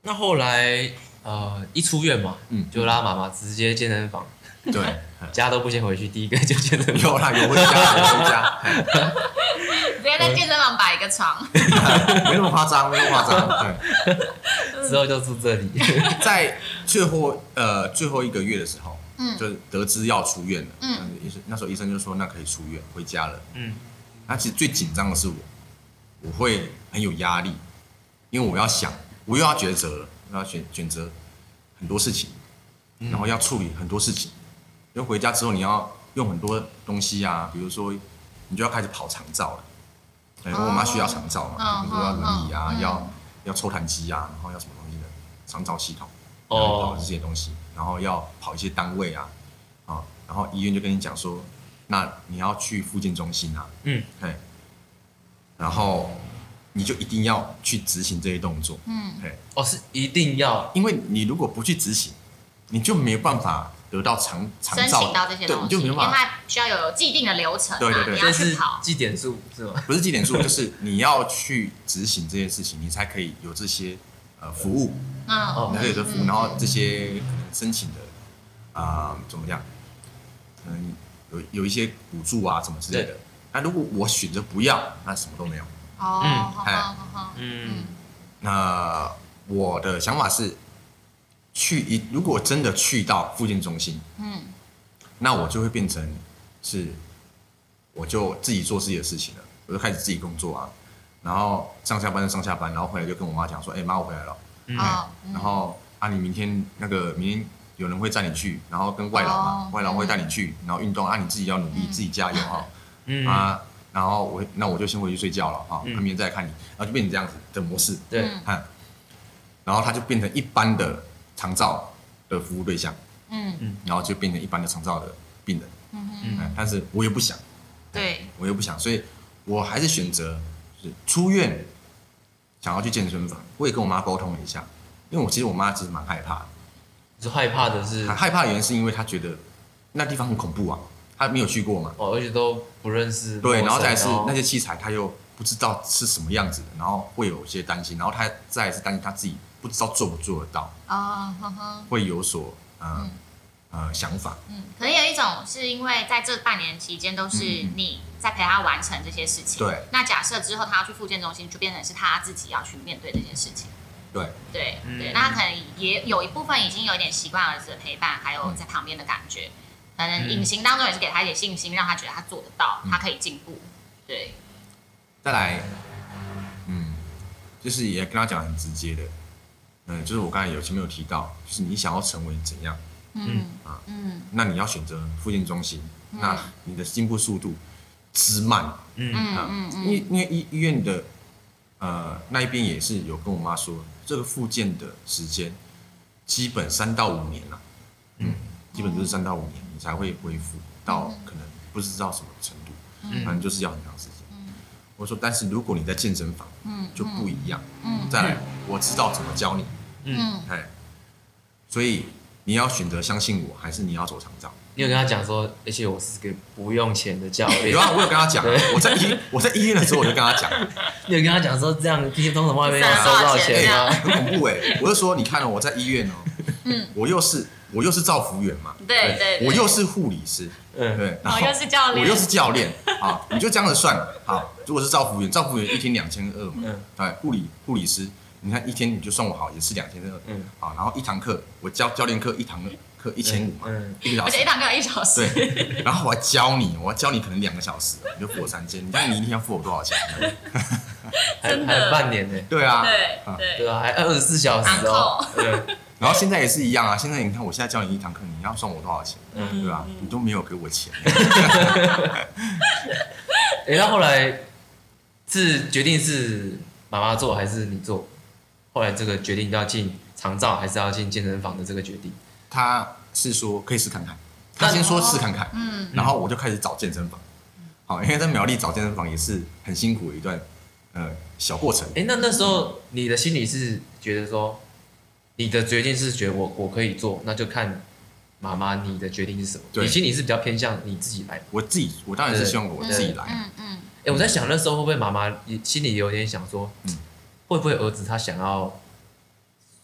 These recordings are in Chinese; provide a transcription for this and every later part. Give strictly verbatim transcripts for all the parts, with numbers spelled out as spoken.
那后来呃一出院嘛，嗯，就拉妈妈直接健身房， 对， 家都不先回去，第一个就健身房。 有啦，有回家，有回家， 直接在健身房摆一个床， 没那么夸张，没那么夸张。 之后就住这里。 在最后呃最后一个月的时候，嗯，就是得知要出院了，嗯，那时候医生就说那可以出院回家了，嗯，那其实最紧张的是我，我会很有压力，因为我要想，我又要抉择，要选选择很多事情，然后要处理很多事情，因为回家之后你要用很多东西啊，比如说你就要开始跑长照了，因为我妈需要长照嘛，比如说要轮椅啊，要要抽痰机啊，然后要什么东西的长照系统，然后跑这些东西，然后要跑一些单位啊，啊，然后医院就跟你讲说，那你要去复健中心啊，嗯，对，然后你就一定要去执行这些动作，嗯，对， 哦，是一定要， 因为你如果不去执行，你就没有办法得到长长照， 申请到这些东西， 对，你就没办法， 因为它需要有既定的流程、啊， 对对对， 你要去跑， 绩点数是吗？ 不是绩点数，就是你要去执行这些事情，你才可以有这些呃服务，嗯，你可以有这服务，然后这些可能申请的啊、呃、怎么样，可能有有一些补助啊什么之类的。那如果我选择不要，那什么都没有。 哦，嗯，好好嗯，那我的想法是，去一如果真的去到复健中心，嗯，那我就会变成是，我就自己做自己的事情了，我就开始自己工作啊，然后上下班就上下班，然后回来就跟我妈讲说，哎、欸、妈我回来了，嗯，然后啊你明天那个明天有人会载你去，然后跟外劳嘛，哦、外劳会带你去，然后运动啊你自己要努力，嗯、自己加油哈，嗯啊。然后我那我就先回去睡觉了哈，嗯、明天再来看你，然后就变成这样子的模式， 对， 嗯，然后他就变成一般的长照的服务对象，嗯嗯，然后就变成一般的长照的病人，嗯嗯，但是我又不想， 对， 我又不想，所以我还是选择就是出院，想要去健身房，我也跟我妈沟通了一下，因为我其实我妈其实蛮害怕的， 是害怕的是， 害怕的原因是因为她觉得那地方很恐怖啊。他没有去过嘛？ 哦，而且都不认识。 对，然后再来是那些器材，他又不知道是什么样子的，然后会有些担心，然后他再来是担心他自己不知道做不做得到啊，哦、会有所呃、嗯、呃想法。 嗯，可能有一种是因为在这半年期间都是你在陪他完成这些事情。 对、嗯。 那假设之后他要去复健中心，就变成是他自己要去面对这件事情。 对。 对对，那他可能也有一部分已经有一点习惯儿子的陪伴，还有在旁边的感觉。可能隐形当中也是给他一点信心，让他觉得他做得到，嗯、他可以进步。对。 再来，嗯，就是也跟他讲很直接的，嗯，就是我刚才有前面有提到，就是你想要成为怎样，嗯啊，嗯，那你要选择复健中心，嗯、那你的进步速度之慢，嗯啊，嗯嗯因为因为医医院的呃那一边也是有跟我妈说，这个复健的时间基本三到五年了，嗯，基本就是三到五年。才会恢复到可能不知道什么程度，嗯、反正就是要很长时间。嗯、我说，但是如果你在健身房，嗯、就不一样。嗯、再来，我知道怎么教你。嗯，哎，所以你要选择相信我，还是你要走长照？ 你有跟他讲说，而且我是个不用钱的教练。 有啊，我有跟他讲。我在医我在医院的时候，我就跟他讲。 你有跟他讲说，这样这些通常外面要收多少钱吗？ 很恐怖哎！我就说，你看哦，我在医院哦，嗯，我又是。我又是照服员嘛， 对 对, 对， 我又是护理师，嗯，对， 然后我又是教练， 我又是教练，好，你就这样子算，好，如果是照服员，照服员一天两千二嘛，嗯，对，护理护理师，你看一天你就算我好也是两千二，嗯，好，然后一堂课我教教练课一堂课一千五嘛，嗯，一个小时， 而且一堂课一小时， 对，然后我还教你，我要教你可能两个小时，你就付我三千，你看你一天要付我多少钱？ 还还半年呢， 对啊， 对对对啊，还二十四小时哦，对。 然后现在也是一样啊！现在你看，我现在教你一堂课，你要算我多少钱？嗯，对吧？你都没有给我钱。 哎，那后来是决定是妈妈做还是你做？后来这个决定要进长照还是要进健身房的这个决定？ 他是说可以试看看，他先说试看看，嗯，然后我就开始找健身房。好，因为在苗栗找健身房也是很辛苦的一段呃小过程。 哎，那那时候你的心里是觉得说？你的决定是觉得我我可以做，那就看妈妈你的决定是什么。你心里是比较偏向你自己来。 我自己，我当然是希望我自己来。 嗯嗯。 哎、欸，我在想那时候会不会妈妈心里有点想说，嗯，会不会儿子他想要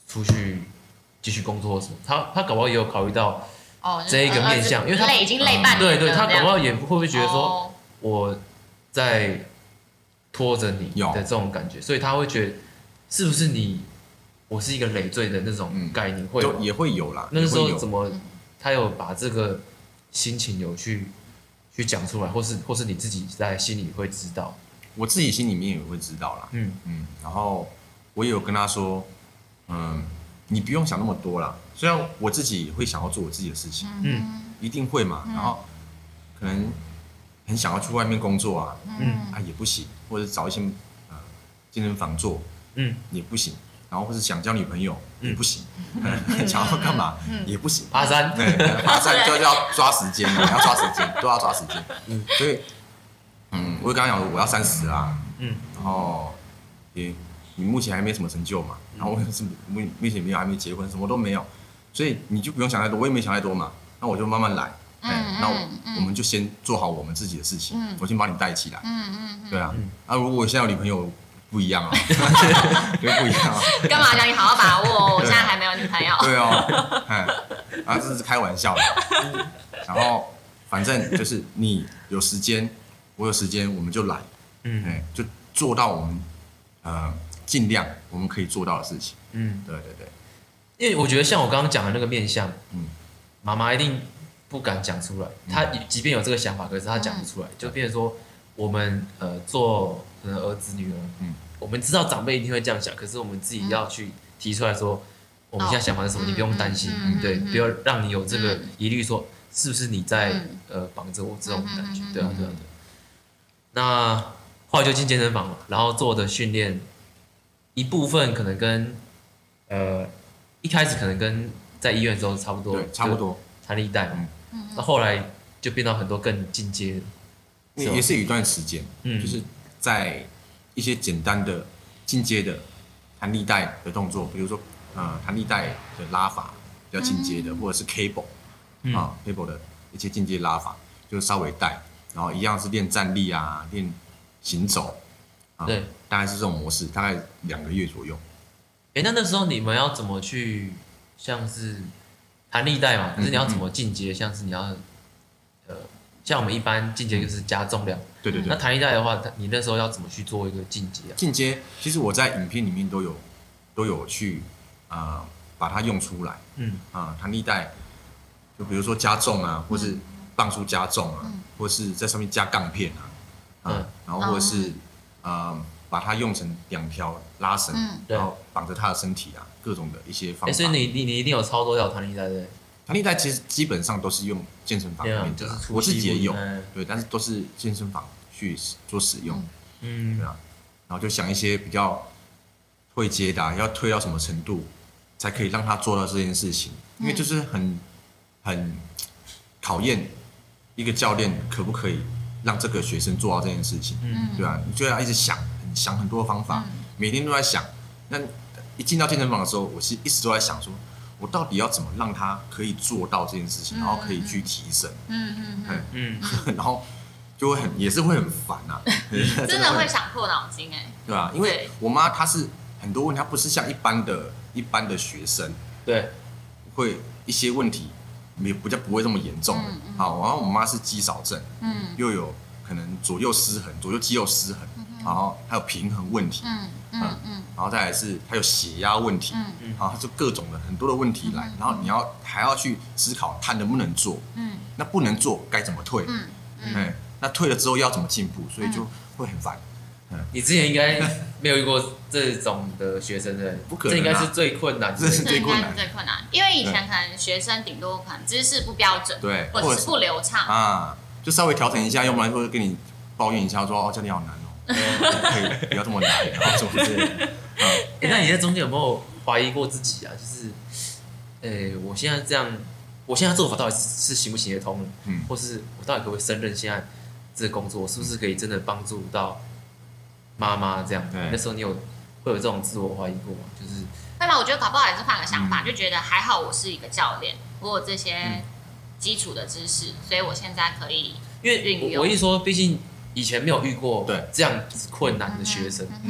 出去继续工作或什么，他他搞不好也有考虑到哦这一个面向，因为他累已经累半年了， 对对，他搞不好也会不会觉得说、 哦、 我在拖着你的这种感觉，所以他会觉得是不是你我是一个累赘的那种概念，嗯、会也会有啦。 那时候怎么他有把这个心情有去去讲出来，或是或是你自己在心里会知道？ 我自己心里面也会知道啦。嗯嗯，然后我也有跟他说，嗯，你不用想那么多啦。虽然我自己会想要做我自己的事情，嗯，一定会嘛。然后可能很想要去外面工作啊，嗯啊也不行，或者找一些呃健身房做，嗯也不行。然后或是想交女朋友也不行，嗯、想要干嘛、嗯、也不行。 爬山， 对，爬山就要抓时间，要抓时间，都要抓时间。嗯，所以，嗯，我就跟他讲，我要三十啦，嗯，然后也你目前还没什么成就嘛，然后我是目目前没有还没结婚，什么都没有，所以你就不用想太多，我也没想太多嘛，那我就慢慢来，嗯，那我们就先做好我们自己的事情，嗯、我先把你带起来，嗯嗯，对啊，啊，如果我现在有女朋友。不一样啊，因为不一样啊。 干嘛讲你好好把握？我现在还没有女朋友。 对哦，哎，啊，这是开玩笑的。然后反正就是你有时间，我有时间，我们就来，嗯，哎，就做到我们呃尽量我们可以做到的事情。嗯，对对对。 因为我觉得像我刚刚讲的那个面向，嗯，妈妈一定不敢讲出来，她即便有这个想法，可是她讲不出来，就变成说我们呃做可能儿子女儿，嗯。我们知道长辈一定会这样想，可是我们自己要去提出来说，我们现在想法是什么，你不用担心，对，不要让你有这个疑虑，说是不是你在呃绑着我这种感觉，对啊，对啊，对。那后来就进健身房了，然后做的训练一部分可能跟呃一开始可能跟在医院的时候差不多， 对，差不多， 弹力带嘛，那后来就变到很多更进阶的， 也是有一段时间，嗯，就是在。一些简单的进阶的弹力带的动作，比如说呃弹力带的拉法比较进阶的，或者是 cable 啊 cable 的一些进阶拉法，就稍微带，然后一样是练站立啊，练行走啊，对，大概是这种模式，大概两个月左右。 哎，那那时候你们要怎么去，像是弹力带嘛，可是你要怎么进阶？像是你要呃。像我们一般进阶就是加重量， 对对对。 那弹力带的话，你那时候要怎么去做一个进阶啊？ 进阶，其实我在影片里面都有都有去啊、呃、把它用出来，嗯啊、呃、弹力带，就比如说加重啊，或是磅数加重啊，嗯、或是在上面加杠片啊，啊、嗯，然后或者是啊、呃、把它用成两条拉绳，嗯、然后绑着他的身体啊，各种的一些方法。 所以你你你一定有超多条弹力带对？ 弹力带其实基本上都是用健身房里面的，我自己也有，对，但是都是健身房去做使用，嗯，对啊，然后就想一些比较退阶的、啊，要退到什么程度，才可以让他做到这件事情，因为就是很很考验一个教练可不可以让这个学生做到这件事情，嗯，对啊，你就要一直想想很多方法，每天都在想，那一进到健身房的时候，我是一直都在想说。我到底要怎么让他可以做到这件事情，然后可以去提升？嗯嗯嗯，然后就会很也是会很烦啊， 真的会想破脑筋哎， 对吧？因为我妈她是很多问题，她不是像一般的一般的学生， 对， 会一些问题也比较不会这么严重的。好，然后我妈是肌少症，嗯，又有可能左右失衡，左右肌肉失衡，然后还有平衡问题，嗯嗯嗯。然后再来是它有血压问题，嗯，然后就各种的很多的问题来，然后你要还要去思考它能不能做，嗯，那不能做该怎么退，嗯嗯，那退了之后要怎么进步，所以就会很烦。 嗯，你之前应该没有遇过这种的学生对？ 不可能， 这应该是最困难， 这是最困难， 最困难，因为以前可能学生顶多可能知识不标准， 对， 或者是不流畅啊，就稍微调整一下，要不然会跟你抱怨一下说哦，教练好难哦，可以不要这么难，然后怎么之类的。 嗯欸、那你在中间有没有怀疑过自己啊？就是，呃、欸，我现在这样，我现在做法到底是是行不行得通？嗯，或是我到底可不可以胜任现在这个工作？是不是可以真的帮助到妈妈这样？那时候你有会有这种自我怀疑过吗？就是， 会吗？我觉得搞不好也是换个想法，嗯、就觉得还好我是一个教练，我有这些基础的知识，所以我现在可以运用。 因为我一说，毕竟以前没有遇过这样子困难的学生，嗯。嗯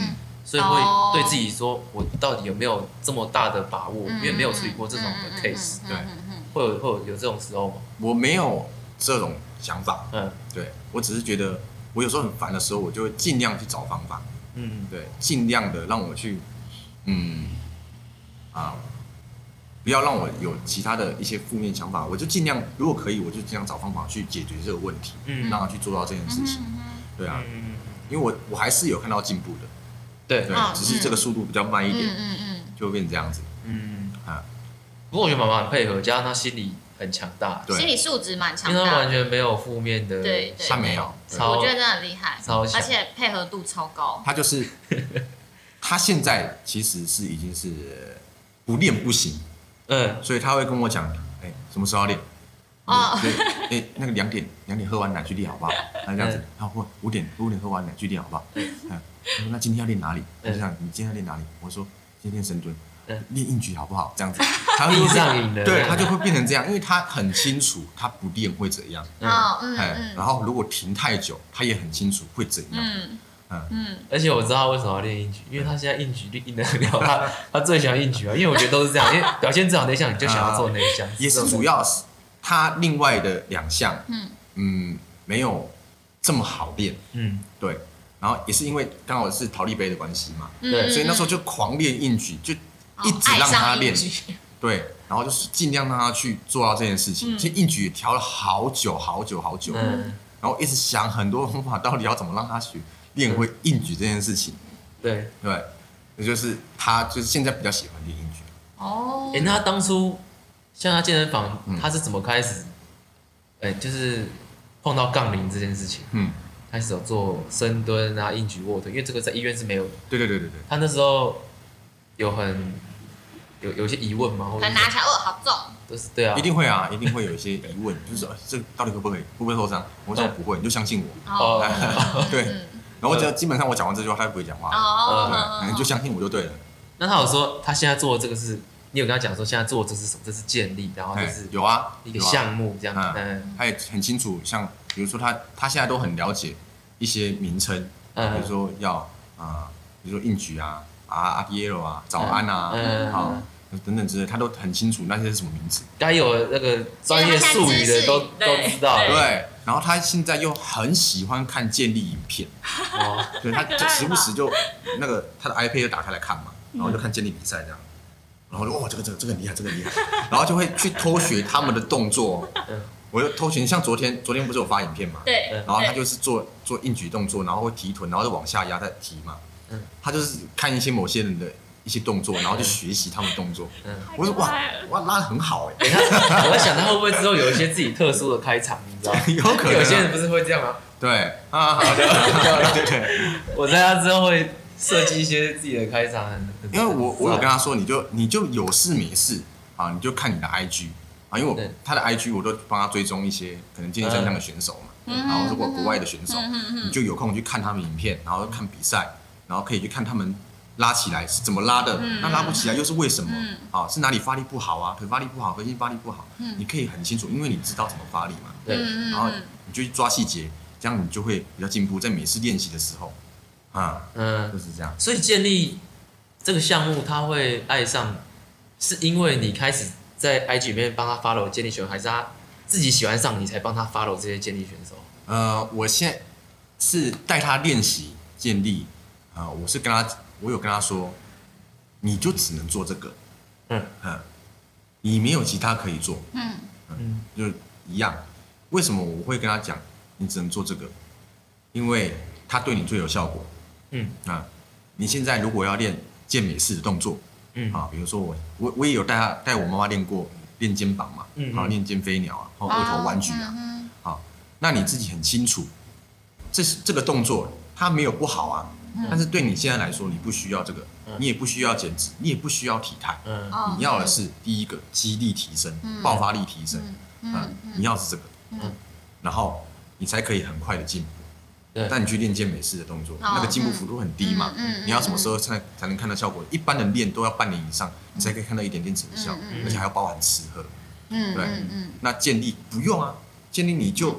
所以会对自己说，我到底有没有这么大的把握？因为没有处理过这种的 case，对，会有会有有这种时候吗？ 我没有这种想法，嗯，对我只是觉得我有时候很烦的时候，我就会尽量去找方法，嗯，对，尽量的让我去，嗯，啊。不要让我有其他的一些负面想法，我就尽量，如果可以，我就尽量找方法去解决这个问题，嗯，让他去做到这件事情，对啊，因为我我还是有看到进步的， 对对，只是这个速度比较慢一点，嗯嗯，就会变成这样子， 嗯啊。不过我觉得妈妈很配合，加上她心理很强大， 对，心理素质蛮强大， 因为她完全没有负面的， 对， 她没有， 我觉得真的很厉害， 超强， 而且配合度超高。 她就是，她现在其实是已经是不练不行。嗯，所以他会跟我讲，哎、欸，什么时候要练？哦，对，哎、欸，那个两点两点喝完奶去练好不好？那这样子，然后五点五点喝完奶去练好不好？嗯，他说那今天要练哪里？我就想你今天要练哪里？我说今天练深蹲，练硬举好不好？这样子，他会上瘾的， 对他就会变成这样，因为他很清楚他不练会怎样。哦，嗯嗯。然后如果停太久，他也很清楚会怎样。嗯。 嗯，而且我知道他为什么要练硬举，因为他现在硬举硬得很了，他他最喜欢硬举啊，因为我觉得都是这样，因为表现最好那一项你就想要做那一项， 也是主要是他另外的两项，嗯嗯没有这么好练，嗯对，然后也是因为刚好是桃利杯的关系嘛，对，所以那时候就狂练硬举，就一直让他练，对，然后就是尽量让他去做到这件事情，其实硬举也调了好久好久好久，嗯，然后一直想很多方法，到底要怎么让他学。练会硬举这件事情， 对对，也就是他就是现在比较喜欢练硬举。 哦，哎、欸，那他当初像他健身房，嗯、他是怎么开始？哎、欸，就是碰到杠铃这件事情，嗯，开始有做深蹲啊、硬举、卧推，因为这个在医院是没有的。 对对对对对。 他那时候有很有有一些疑问吗？ 可能拿起来，哦，好重。 都是对啊， 一定会啊，一定会有一些疑问，就是说这到底可不可以，会不会受伤？我说不会，你就相信我。哦，对。然后就基本上我讲完这句话，他就不会讲话了。对，你就相信我就对了。 那他有说他现在做的这个是，你有跟他讲说现在做的这是什么？这是健力，然后这是有啊一个项目这样。 嗯，他也很清楚，像比如说他他现在都很了解一些名称，比如说要啊，比如说硬举啊、啊阿迪耶啊、早安啊，好等等之类，他都很清楚那些是什么名字。 该有那个专业术语的都都知道。 对。然后他现在又很喜欢看健力影片，哦，所以他就时不时就那个他的 iPad 就打开来看嘛，然后就看健力比赛这样，然后就哇这个这个这个很厉害，这个很厉害，然后就会去偷学他们的动作，我就偷学，像昨天昨天不是有发影片嘛， 对， 然后他就是做做硬举动作，然后会提臀，然后就往下压再提嘛，他就是看一些某些人的一些动作，然后就学习他们动作。嗯，我说哇哇拉得很好哎、 欸。我在想他会不会之后有一些自己特殊的开场，你知道吗？ 有可能、啊。 有些人不是会这样吗？ 对啊，好的，对对对。 我在他之后会设计一些自己的开场， 因为我我有跟他说，你就你就有事没事啊，你就看你的 I G 啊，因为我他的 I G 我都帮他追踪一些可能健身项的选手嘛，嗯、然后如果国外的选手，嗯、你就有空去看他们影片，然后看比赛，然后可以去看他们。拉起来是怎么拉的？嗯、那拉不起来又是为什么？嗯、啊，是哪里发力不好啊？腿发力不好，核心发力不好，嗯、你可以很清楚，因为你知道怎么发力嘛。对，然后你就去抓细节，这样你就会比较进步。在每次练习的时候，啊，嗯，就是这样。 所以建立这个项目，他会爱上，是因为你开始在 I G 里面帮他 follow 健力选手，还是他自己喜欢上你才帮他 follow 这些健力选手？ 呃，我现在是带他练习健力，啊、呃，我是跟他。我有跟他说，你就只能做这个，嗯嗯，你没有其他可以做，嗯嗯，就一样。为什么我会跟他讲，你只能做这个？因为它对你最有效果，嗯啊，你现在如果要练健美式的动作，嗯啊，比如说我我我也有带他带我妈妈练过练肩膀嘛，嗯，好练肩飞鸟啊，或额头弯举啊，好，那你自己很清楚，这是这个动作它没有不好啊。但是对你现在来说，你不需要这个，你也不需要减脂，你也不需要体态，嗯、你要的是第一个肌力提升、嗯、爆发力提升，嗯嗯、你要是这个，嗯、然后你才可以很快的进步。但你去练健美式的动作，哦、那个进步幅度很低嘛，嗯嗯、你要什么时候才才能看到效果？一般人练都要半年以上，你才可以看到一点点成效，嗯、而且还要包含吃喝。嗯、对，嗯、那健力不用啊，健力你就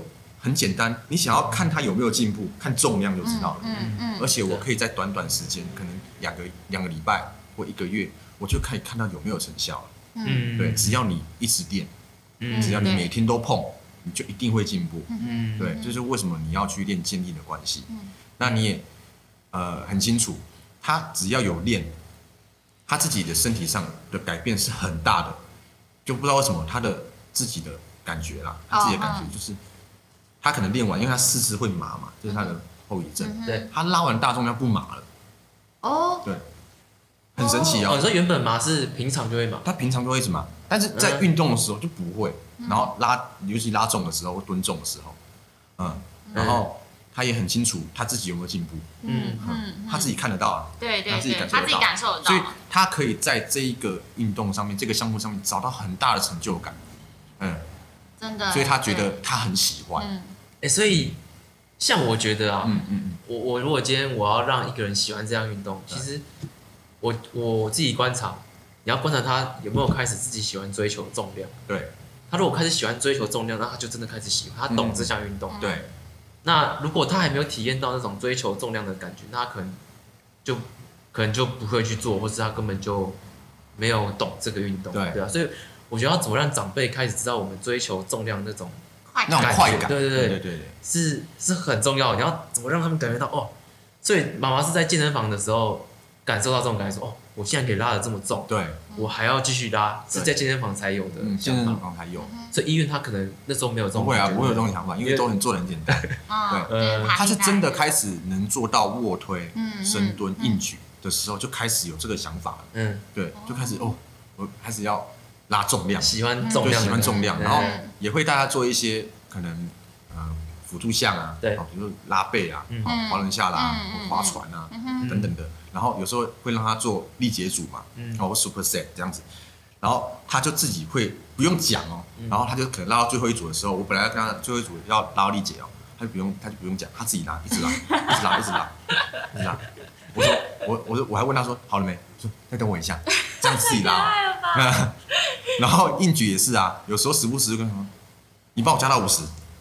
很简单，你想要看他有没有进步，看重量就知道了。 嗯嗯嗯、 而且我可以在短短时间，可能两个两个礼拜或一个月，我就可以看到有没有成效了。嗯，对，只要你一直练，嗯，只要你每天都碰，你就一定会进步。嗯，对，这就是为什么你要去练健力的关系。嗯，那你也呃很清楚，他只要有练，他自己的身体上的改变是很大的，就不知道为什么他的自己的感觉啦，他自己的感觉就是，他可能练完，因为他四肢会麻嘛，这是他的后遗症。对，他拉完大重量不麻了。哦，对。很神奇哦！ 哦，你说原本麻是平常就会麻， 他平常就会一直麻，但是在运动的时候就不会。嗯、然后拉，尤其拉重的时候或蹲重的时候，嗯，然后他也很清楚他自己有没有进步，嗯嗯，他自己看得到啊， 对对对， 他自己感受得到， 他自己感受得到， 所以他可以在这一个运动上面，这个项目上面找到很大的成就感，嗯， 真的， 所以他觉得他很喜欢，哎、 嗯欸，所以像我觉得啊，嗯嗯嗯，我我如果今天我要让一个人喜欢这样运动，其实。我我自己观察，你要观察他有没有开始自己喜欢追求重量。 对， 他如果开始喜欢追求重量，那他就真的开始喜欢，他懂这项运动。 嗯、对， 那如果他还没有体验到那种追求重量的感觉，那他可能就可能就不会去做，或是他根本就没有懂这个运动。 对， 对啊，所以我觉得要怎么让长辈开始知道我们追求重量那种那种快感， 对对对对对对， 是是很重要的。你要怎么让他们感觉到哦？所以妈妈是在健身房的时候。感受到这种感觉，说哦，我现在可以拉得这么重， 对， 我还要继续拉，是在健身房才有的， 嗯，健身房才有。 所以医院他可能那时候没有这种， 不会啊，不会有这种想法，因为都能做得很简单。对，呃，他是真的开始能做到卧推、深蹲、硬举的时候，就开始有这个想法了。嗯，对，就开始哦，我开始要拉重量， 喜欢重量， 喜欢重量，然后也会带他做一些可能呃辅助项啊，对，比如说拉背啊，滑轮下拉、划船啊等等的。然后有时候会让他做力竭组嘛，然后 superset 这样子，然后他就自己会不用讲哦，然后他就可能拉到最后一组的时候，我本来要跟他最后一组要拉到力竭哦，他就不用他就不用讲，他自己拉，一直拉，一直拉，一直拉，一直拉。我说我我说我还问他说好了没？我说再等我一下，这样自己拉。然后硬举也是啊，有时候时不时就跟他说，你帮我加到五十，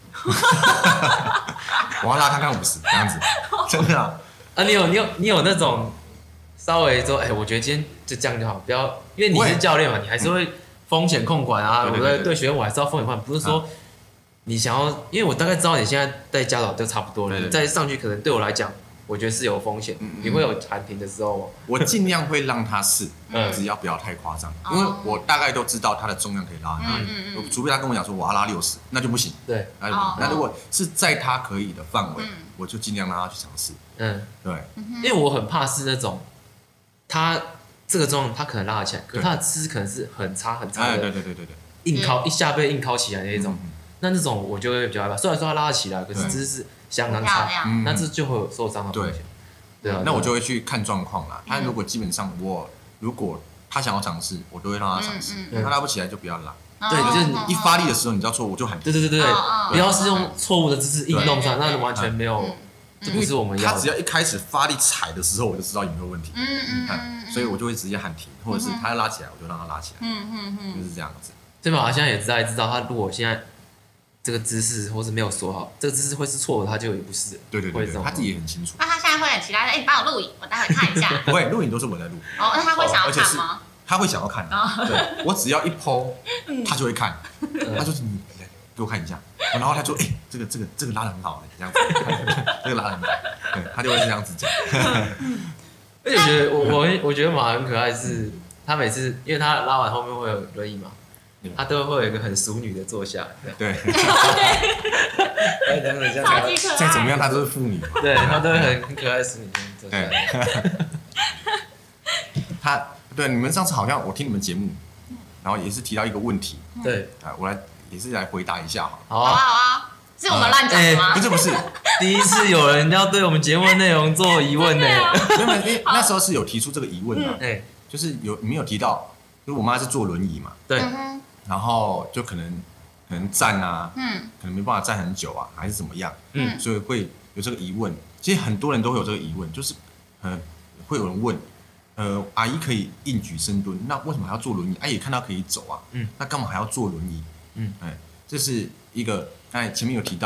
我要拉看看五十这样子，真的啊。 啊，你有你有你有那种稍微说，哎、欸，我觉得今天就这样就好，不要，因为你是教练嘛，你还是会风险控管啊。我在对学生我还是要风险控管，不是说你想要，因为我大概知道你现在在教导就差不多了，你再上去可能对我来讲，我觉得是有风险，嗯、你会有喊停的时候。 我尽量会让他试，嗯、只要不要太夸张，因为我大概都知道他的重量可以拉哪里，嗯嗯、除非他跟我讲说我要拉六十，那就不行。 对， 那就不行。那如果是在他可以的范围。嗯我就尽量让他去尝试，嗯，对， 因为我很怕是那种，他这个重量他可能拉得起来，可是他的姿势可能是很差很差的， 对对对对对， 硬靠一下被硬靠起来的那种，那那种我就会比较害怕。虽然说他拉得起来，可是姿势相当差，那这就会有受伤的风险。 对啊，那我就会去看状况啦。他如果基本上我如果他想要尝试，我都会让他尝试，他拉不起来就不要拉。对，就是你一发力的时候，你知道错误就喊停。 对对对对，不要是用错误的姿势硬弄上，那完全没有，这不是我们要的。 他只要一开始发力踩的时候，我就知道有没有问题。嗯嗯嗯，所以我就会直接喊停，或者是他要拉起来，我就让他拉起来。嗯嗯嗯，就是这样子。 对吧？他现在也大概知道，他如果现在这个姿势或是没有锁好，这个姿势会是错的，他就也不是。 对对对，他自己也很清楚。 那他现在会很期待，哎，你帮我录影，我待会看一下。 不会，录影都是我在录。 哦，那他会想要看吗？ 他会想要看，对我只要一 po， 他就会看，他就你来给我看一下，然后他就哎、欸，这个这个这个拉得很好，这样子，这个拉得很好，对他就会这样子讲。 而且我觉得我我我觉得马很可爱是，他每次因为他拉完后面会有轮椅嘛，他都会有一个很淑女的坐下， 对， 对，超级可爱， 再怎么样他都是妇女嘛， 对他都会很很可爱的淑女坐下来。 他对你们上次好像我听你们节目，然后也是提到一个问题， 对， 啊，我来也是来回答一下好啊好啊，是我们乱讲的吗？ 不是不是， 第一次有人要对我们节目内容做疑问呢， 因为那时候是有提出这个疑问的，哎，就是有你们有提到，就是我妈是坐轮椅嘛， 对， 然后就可能可能站啊，嗯，可能没办法站很久啊，还是怎么样，嗯，所以会有这个疑问。其实很多人都会有这个疑问，就是呃会有人问。呃，阿姨可以硬举深蹲，那为什么还要坐轮椅？阿姨看到可以走啊，嗯，那干嘛还要坐轮椅？嗯，哎，这是一个刚才前面有提到的，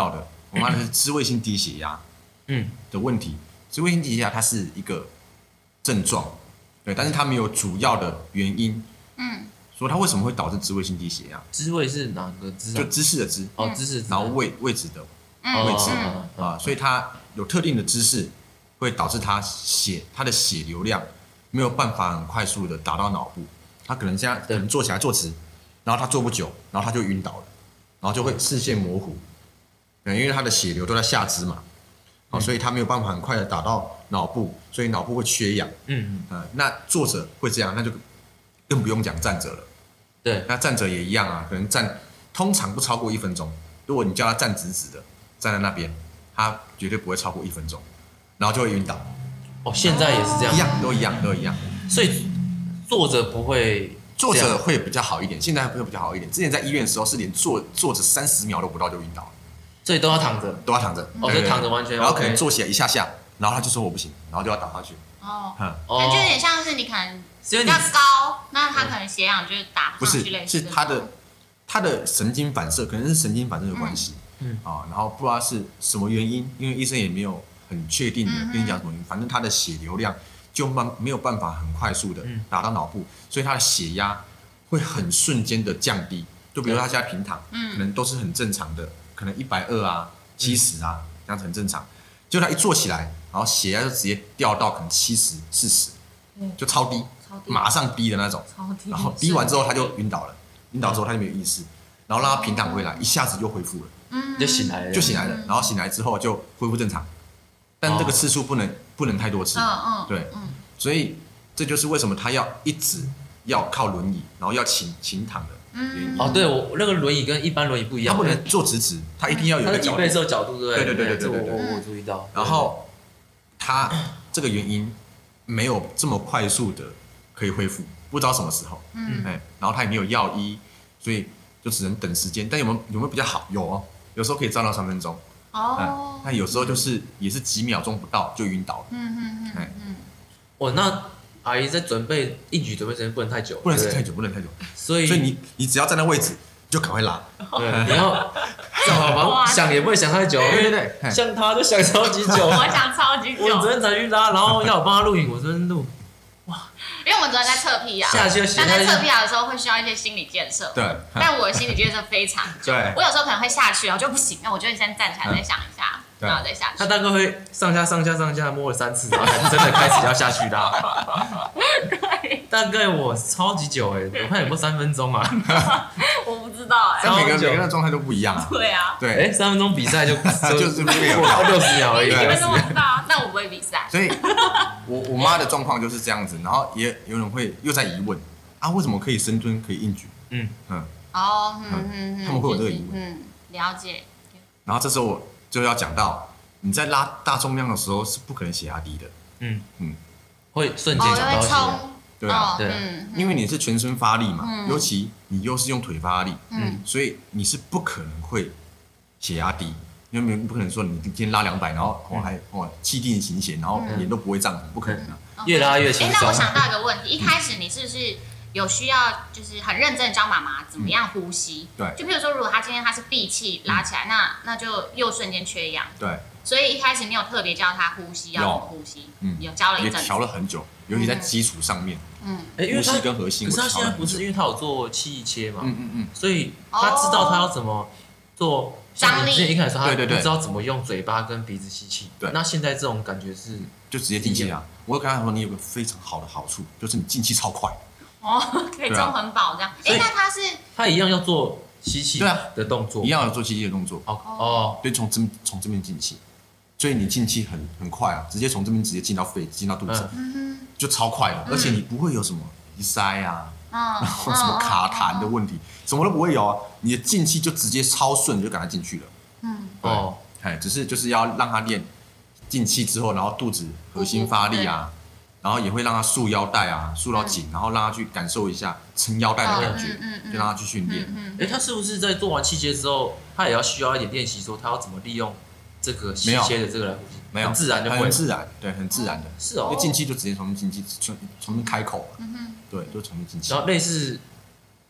我妈的是自慰性低血压，嗯的问题。自慰性低血压它是一个症状，对，但是它没有主要的原因。嗯，说它为什么会导致自慰性低血压？ 自慰是哪个姿？ 就姿势的姿， 哦，姿势， 然后位位置的位置啊，所以它有特定的姿势会导致它血它的血流量没有办法很快速的达到脑部，他可能现在可能坐起来坐直，然后他坐不久，然后他就晕倒了，然后就会视线模糊，因为他的血流都在下肢嘛，嗯、所以他没有办法很快的打到脑部，所以脑部会缺氧。嗯嗯、呃，那坐着会这样，那就更不用讲站着了。 对， 那站着也一样啊，可能站通常不超过一分钟。如果你叫他站直直的，站在那边，他绝对不会超过一分钟，然后就会晕倒。 哦，现在也是这样， 一样都一样都一样。 所以坐着不会， 坐着会比较好一点，现在会比较好一点。之前在医院的时候是连坐坐着三十秒都不到就晕倒了， 所以都要躺着， 都要躺着。 哦，所以躺着完全， 然后可能坐起来一下下，然后他就说我不行，然后就要倒下去。 哦，感觉有点像是你可能比较高，那他可能血氧就是打不上去类似。 不是，是他的他的神经反射，可能是神经反射的关系。嗯啊，然后不知道是什么原因，因为医生也没有很确定的跟你讲什么原因，反正他的血流量就慢没有办法很快速的打到脑部，所以他的血压会很瞬间的降低。就比如说他现在平躺，可能都是很正常的，可能一百二啊、七十啊，这样子很正常。就他一坐起来，然后血压就直接掉到可能七十、四十，就超低，马上低的那种。然后低完之后他就晕倒了，晕倒之后他就没有意识，然后让他平躺回来，一下子就恢复了。 就醒来了， 就醒来了，然后醒来之后就恢复正常，但这个次数不能不能太多次，对，所以这就是为什么他要一直要靠轮椅，然后要勤勤躺的原因。 哦，对，我那个轮椅跟一般轮椅不一样， 他不能坐直直，他一定要有一个角度， 背受角度，对对对对对对对， 我我注意到。 然后他这个原因没有这么快速的可以恢复，不知道什么时候，嗯，哎，然后他也没有药医，所以就只能等时间。但有没有有没有比较好？有哦。有时候可以站到三分钟，哦，那有时候就是也是几秒钟不到就晕倒了。嗯嗯嗯嗯。哦，那阿姨在准备硬举准备时间不能太久， 不能太久，不能太久。 所以所以你你只要站在位置就赶快拉， 对，你要好想也不会想太久，对对对，像他就想超级久， 我想超级久。 我昨天才去拉，然后要我帮他录影，我昨天录。 因为我们昨天在测 P R， 但在测 P R 的时候会需要一些心理建设。 对， 但我的心理建设非常久。 对， 我有时候可能会下去，然后就不行，那我就会先站起来再想一下，然后再下去。 他大概会上下上下上下摸了三次，然后才真的开始要下去拉。大概我超级久哎，我看有没有三分钟啊？ 我不知道哎， 但每个人每个人的状态都不一样啊。 对啊， 对， 哎，三分钟比赛就就是没有六十秒而已， 你们那么大，那我不会比赛。 所以，我我妈的状况就是这样子，然后也有人会又在疑问啊，为什么可以深蹲可以硬举？嗯嗯哦嗯嗯， 他们会有这个疑问， 嗯，了解。 然后这时候我就要讲到，你在拉大重量的时候是不可能血压低的，嗯嗯， 会瞬间涨到血压。 对啊，对，因为你是全身发力嘛，尤其你又是用腿发力，嗯，所以你是不可能会血压低，因为不可能说你今天拉两百，然后我还哇气定神闲，然后脸都不会涨，不可能啊， 越拉越轻松。 哎，那我想到一个问题，一开始你是不是有需要就是很认真的教妈妈怎么样呼吸？ 对， 就比如说，如果她今天她是闭气拉起来，那那就又瞬间缺氧。 对， 所以一开始你有特别教她呼吸要怎么呼吸，嗯，有教了一阵子， 也调了很久，尤其在基础上面。嗯， 哎，因为呼吸跟核心， 可是他现在不是因为他有做气切嘛，嗯嗯嗯，所以他知道他要怎么做。 张力。 之前一开始说他不知道怎么用嘴巴跟鼻子吸气，对。那现在这种感觉是就直接进气啊。我有跟他说，你有个非常好的好处，就是你进气超快。 哦，可以中很饱这样。哎，那他是他一样要做吸气的动作， 一样要做吸气的动作。哦哦，对，从这从这边进气，所以你进气很很快啊，直接从这边直接进到肺，进到肚子。就超快了，而且你不会有什么鼻塞啊，然后什么卡痰的问题，什么都不会有啊。你的进气就直接超顺，就赶快进去了。嗯，哦，哎，只是就是要让他练进气之后，然后肚子核心发力啊，然后也会让他束腰带啊，束到紧，然后让他去感受一下撑腰带的感觉，就让他去训练。 哎，他是不是在做完气切之后，他也要需要一点练习，说他要怎么利用这个吸切的这个来呼吸？ 没有， 很自然就会， 很自然，对，很自然的。 是哦， 因为进气就直接从进气从从开口嘛，对，就从进气。 然后类似，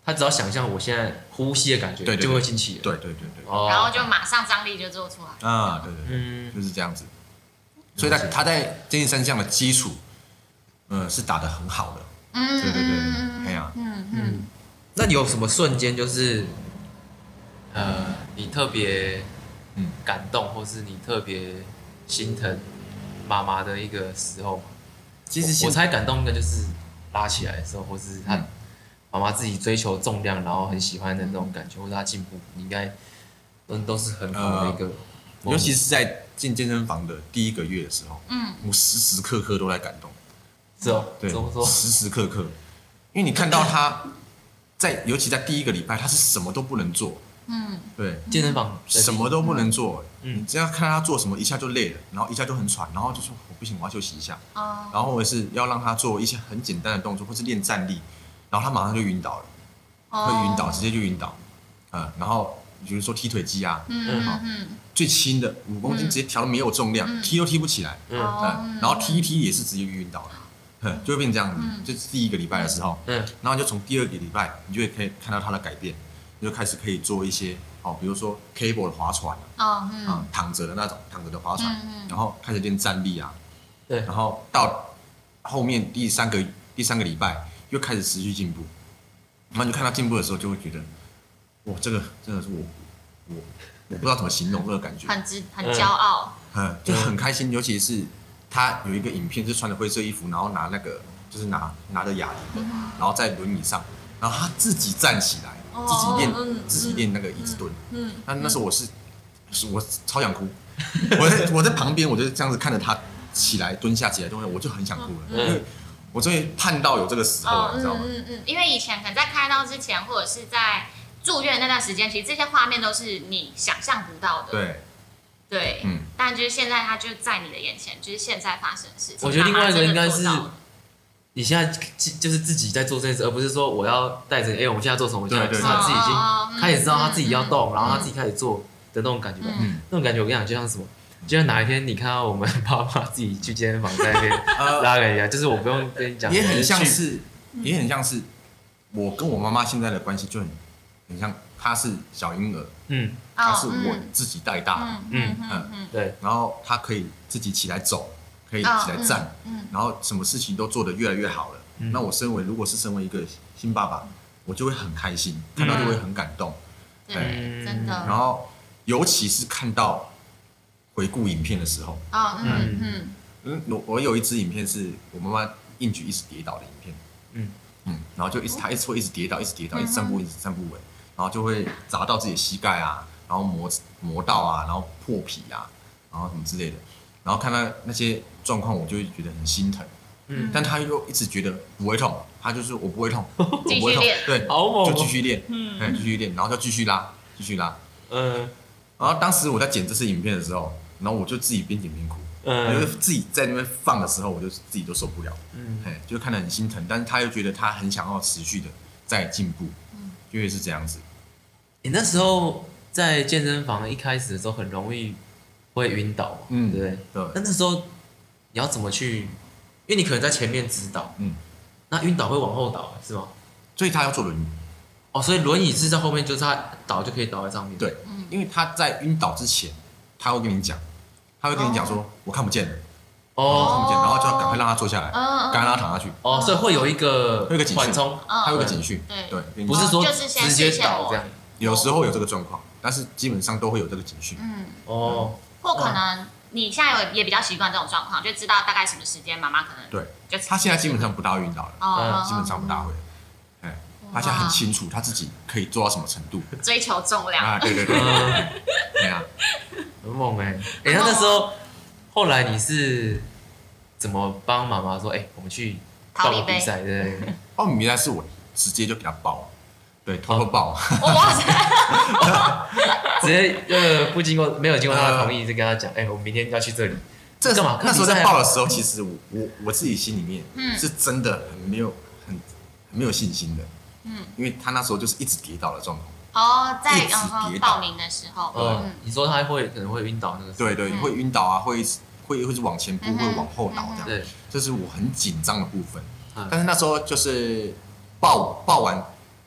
他只要想象我现在呼吸的感觉，就会进气了。 对对对对。 哦、然后就马上张力就做出来。 啊，对对对，嗯、就是这样子。所以他他在健身项的基础，嗯、呃，是打得很好的。嗯，对对对，哎呀， 嗯嗯。那你有什么瞬间就是，呃，你特别嗯感动，或是你特别心疼妈妈的一个时候吗？其实我猜感动应该就是拉起来的时候，或是他妈妈自己追求重量，然后很喜欢的那种感觉，或者他进步，你应该都都是很好的一个、呃。 尤其是在进健身房的第一个月的时候，嗯，我时时刻刻都在感动。 是哦， 对， 怎么说？ 时时刻刻，因为你看到他在，尤其在第一个礼拜，他是什么都不能做。嗯，对， 健身房什么都不能做。嗯，你只要看他做什么，一下就累了，然后一下就很喘，然后就说我不行，我要休息一下。哦。然后或者是要让他做一些很简单的动作，或是练站立，然后他马上就晕倒了，哦、会晕倒，直接就晕倒。嗯，然后比如说踢腿肌啊，嗯嗯，最轻的五公斤直接调到没有重量，嗯、踢都踢不起来。嗯，然后踢一踢也是直接晕倒了。就会变这样子，嗯、就是第一个礼拜的时候，嗯，然后就从第二个礼拜，你就可以看到他的改变，你就开始可以做一些哦，比如说 cable 的划船，哦，嗯，啊，躺着的那种躺着的划船，嗯嗯、然后开始练站立啊，对，然后到后面第三个第三个礼拜又开始持续进步，然后你就看他进步的时候，就会觉得，哇，这个真的是我我我不知道怎么形容这个感觉， 很直很骄傲， 嗯，就是很开心，尤其是。他有一个影片，是穿着灰色衣服，然后拿那个，就是拿拿着哑铃，然后在轮椅上，然后他自己站起来，哦、自己练、嗯、自己练那个椅子蹲。嗯，那那时候我是，是我超想哭，我在我在旁边，我就这样子看着他起来蹲下起来蹲下，我就很想哭了，嗯、因为我终于盼到有这个时候了， 哦、 你知道吗？ 嗯嗯，因为以前可能在开刀之前，或者是在住院那段时间，其实这些画面都是你想象不到的。 对。 对，嗯，但就是现在，它就在你的眼前，就是现在发生的事情。 我觉得另外一个应该是，你现在就是自己在做这件事，而不是说我要带着，哎、欸，我们现在做什么？对对，他自己已经开始知道他自己要动，嗯、然后他自己开始做的那种感觉。嗯，那种感觉我跟你讲，就像什么？就像哪一天你看到我们爸妈自己去健身房在那边拉个一样，就是我不用跟你讲， 也很像是，也很像是我跟我妈妈现在的关系就很很像，她是小婴儿。嗯，他是我自己带大的，嗯嗯嗯，对，然后他可以自己起来走，可以起来站，嗯，然后什么事情都做得越来越好了。那我身为如果是身为一个新爸爸，我就会很开心，看到就会很感动， 对，真的。 然后尤其是看到回顾影片的时候，哦，嗯嗯嗯，我我有一支影片是我妈妈硬举一直跌倒的影片，嗯嗯，然后就一直她一直会一直跌倒，一直跌倒，一直站不稳，一直站不稳。然后就会砸到自己的膝盖啊，然后磨磨到啊，然后破皮啊，然后什么之类的。然后看到那些状况，我就会觉得很心疼。嗯，但他又一直觉得不会痛，他就是我不会痛，我不会痛，对，就继续练，嗯，继续练，然后就继续拉，继续拉。嗯，然后当时我在剪这支影片的时候，然后我就自己边剪边哭，嗯，因为自己在那边放的时候，我就自己都受不了，嗯，嘿，就看得很心疼，但是他又觉得他很想要持续的在进步，嗯，因为是这样子。 你那时候在健身房一开始的时候很容易会晕倒嘛，嗯，对不对？对。那那时候你要怎么去？因为你可能在前面指导，嗯，那晕倒会往后倒，是吗？ 所以他要坐轮椅。 哦，所以轮椅是在后面，就是他倒就可以倒在上面。 对，嗯、因为他在晕倒之前，他会跟你讲，他会跟你讲说，哦、我看不见了。哦，看不见，然后就要赶快让他坐下来，赶快让他躺下去。 哦，所以会有一个会有一个缓冲，它有一个警讯，对，不是说直接倒这样。有时候有这个状况，但是基本上都会有这个警讯。嗯， 哦，或可能你现在有也比较习惯这种状况，就知道大概什么时间妈妈可能对，就他现在基本上不大会晕倒了，哦，基本上不大会。哎，他现在很清楚他自己可以做到什么程度， 追求重量啊，对对对，对啊， 很猛哎！哎，那那时候后来你是怎么帮妈妈说？哎，我们去报个比赛，对不对？ 报名比赛是我直接就给他报。对，偷偷报， 哇塞！ 直接呃不经过没有经过他的同意，就跟他讲，哎、欸，我们明天要去这里， 这干嘛？那时候在报的时候，其实我我我自己心里面是真的很没有很很没有信心的，嗯，因为他那时候就是一直跌倒的状况。 哦，在嗯报名的时候， 嗯，你说他会可能会晕倒那个时候， 对对，会晕倒啊，会会会是往前扑，会往后倒这样，对，这是我很紧张的部分。但是那时候就是报报完。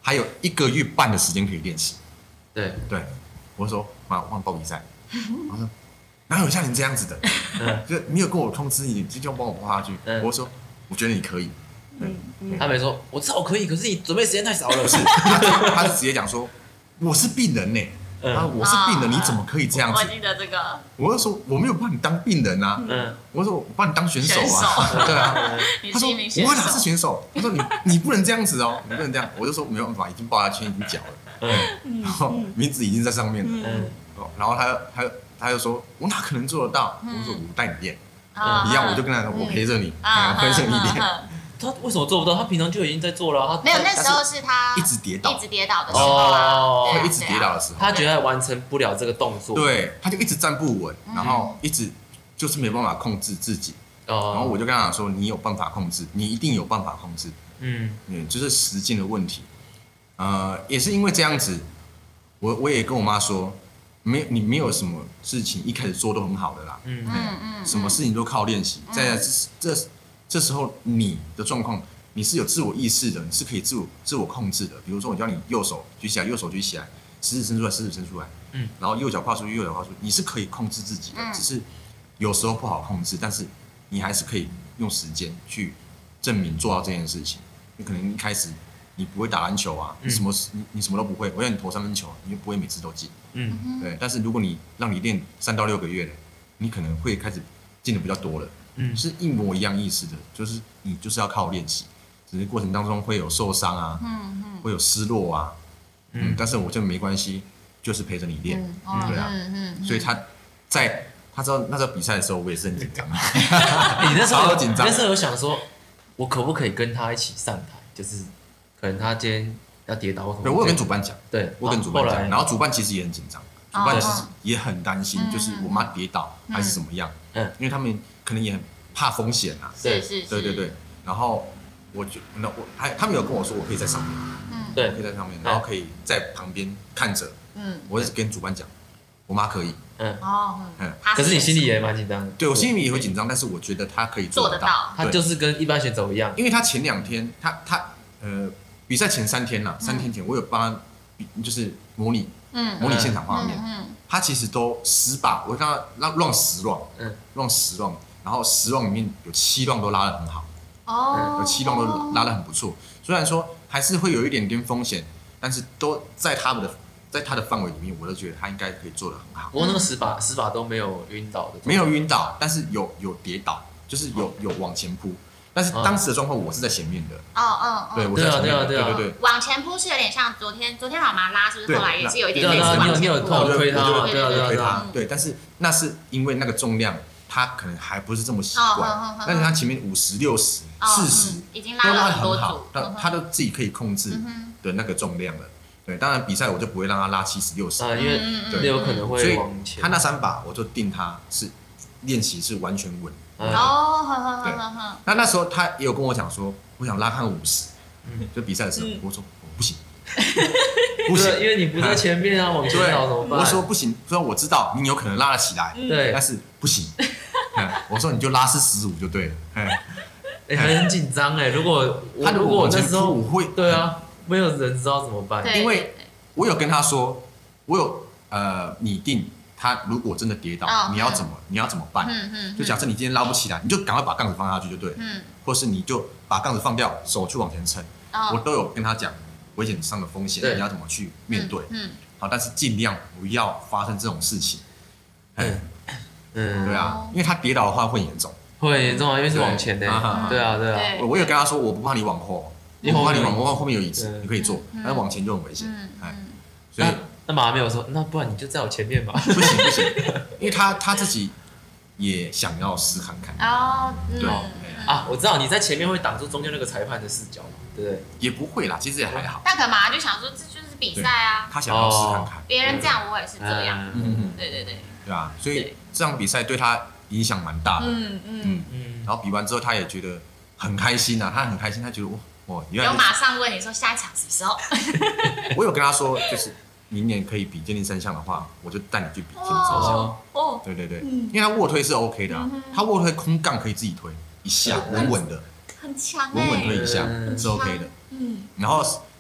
还有一个月半的时间可以练习。 对对，我说妈，忘报比赛，我说哪有像你这样子的，就没有跟我通知你，就这样帮我报下去。我说我觉得你可以。 他没说我知道我可以，可是你准备时间太少了。 不是，他就他就直接讲说我是病人呢、欸。啊！我是病人，你怎么可以这样子？ 我记得这个。 我就说我没有把你当病人啊，嗯，我说我把你当选手啊，对啊。他说我哪是选手？他说你你不能这样子哦，你不能这样。我就说没有办法，已经报下签已经缴了，嗯，然后名字已经在上面了，嗯，然后他他他又说我哪可能做得到？我说我带你练，一样，我就跟他说我陪着你，陪着你练。 他为什么做不到？他平常就已经在做了、啊。 没有，那时候是他一直跌倒， 一直跌倒的时候啦。 哦，一直跌倒的时候， 他觉得完成不了这个动作， 对，他就一直站不稳，然后一直就是没办法控制自己。哦，然后我就跟他讲说，你有办法控制，你一定有办法控制。嗯，嗯，就是时间的问题。呃，也是因为这样子，我我也跟我妈说，没你没有什么事情一开始做都很好的啦。嗯嗯嗯，什么事情都靠练习，在这这。这时候你的状况，你是有自我意识的，你是可以自我自我控制的。比如说，我叫你右手举起来，右手举起来，食指伸出来，食指伸出来，嗯，然后右脚跨出去，右脚跨出去，你是可以控制自己的，嗯、只是有时候不好控制，但是你还是可以用时间去证明做到这件事情。你可能一开始你不会打篮球啊，你什么你你什么都不会，我让你投三分球，你就不会每次都进，嗯，对。但是如果你让你练三到六个月了，你可能会开始进的比较多了。嗯，是一模一样意思的，就是你就是要靠练习，只是过程当中会有受伤啊，嗯嗯，会有失落啊，嗯，但是我就没关系，就是陪着你练，嗯、对啊，嗯嗯，所以他在他知道那时候比赛的时候，我也是很紧张啊， 你那时候超紧张， 那时候有想说，我可不可以跟他一起上台？就是可能他今天要跌倒或什么， 对，我有跟主办讲， 对， 我跟主办讲，然后主办其实也很紧张。主办其实也很担心，就是我妈跌倒还是怎么样，嗯，因为他们可能也很怕风险啊， 是是是， 对对对。然后我就那我还他们有跟我说我可以在上面，嗯，对，可以在上面，然后可以在旁边看着，嗯，我也是跟主办讲，我妈可以，嗯哦，嗯， 可是你心里也蛮紧张的， 对我心里也会紧张，但是我觉得他可以做得到， 他就是跟一般选手一样， 因为他前两天他他呃比赛前三天啦，三天前我有帮他就是模拟。嗯，模拟现场画面，嗯，他其实都十把，我看他让让十 round， 嗯，让十 round， 然后十 round 里面有七 round 都拉得很好，哦，有七 round 都拉得很不错。虽然说还是会有一点点风险，但是都在他们的在他的范围里面，我都觉得他应该可以做得很好。 不过那个十把十把都没有晕倒的， 没有晕倒，但是有有跌倒，就是有有往前扑。但是当时的状况，我是在前面的。哦哦哦。对，我在前面。对对对。 往前扑是有点像昨天，昨天老妈拉，是不是后来也是有一点类似往前扑？ 你有推他， 对对对，推他。对，但是那是因为那个重量，他可能还不是这么习惯。但是他前面五十、六十、四十， 已经拉了很多组， 他他都自己可以控制的那个重量了。对，当然比赛我就不会让他拉七十、六十， 因为对有可能会往前。 他那三把我就定他是练习是完全稳。 哦，好好好好。 那那时候他也有跟我讲说，我想拉看五十，就比赛的时候，我说不行， 不行，因为你不在前面啊，往前跑怎么办？ 我说不行，虽然我知道你有可能拉得起来，对，但是不行。我说你就拉四十五就对了。 哎，还很紧张哎，如果他如果那时候我会， 对啊，没有人知道怎么办， 因为我有跟他说，我有呃拟定。他如果真的跌倒，哦、你要怎么你要怎么办？嗯嗯、就假设你今天拉不起来，你就赶快把杠子放下去就对了。嗯、或是你就把杠子放掉，手去往前撑。哦、我都有跟他讲危险上的风险，你要怎么去面对。嗯嗯、好，但是尽量不要发生这种事情。嗯，嗯对啊，因为他跌倒的话会严重， 会很严重啊，因为是往前的。对啊，对啊。 我我有跟他说，我不怕你往后，我不怕你往后，后面有椅子你可以坐，但是往前就很危险。哎，所以。 那妈妈没有说，那不然你就在我前面吧。 不行不行，因为他他自己也想要试看看。哦，对啊，我知道你在前面会挡住中间那个裁判的视角嘛，对不对？ 也不会啦，其实也还好。 但可能妈妈就想说，这就是比赛啊。 他想要试看看。 别人这样，我也是这样。嗯，对对对。 对啊，所以这场比赛对他影响蛮大的。嗯嗯嗯。然后比完之后，他也觉得很开心啊，他很开心，他觉得哇哇，原来。 有马上问你说下一场什么时候？ 我有跟他说，就是。明年可以比健力三项的话，我就带你去比健力三项。哦，对对对，因为他卧推是 OK 的，他卧推空杠可以自己推一下，稳稳的， 很强， 稳稳推一下是 OK 的。嗯，然后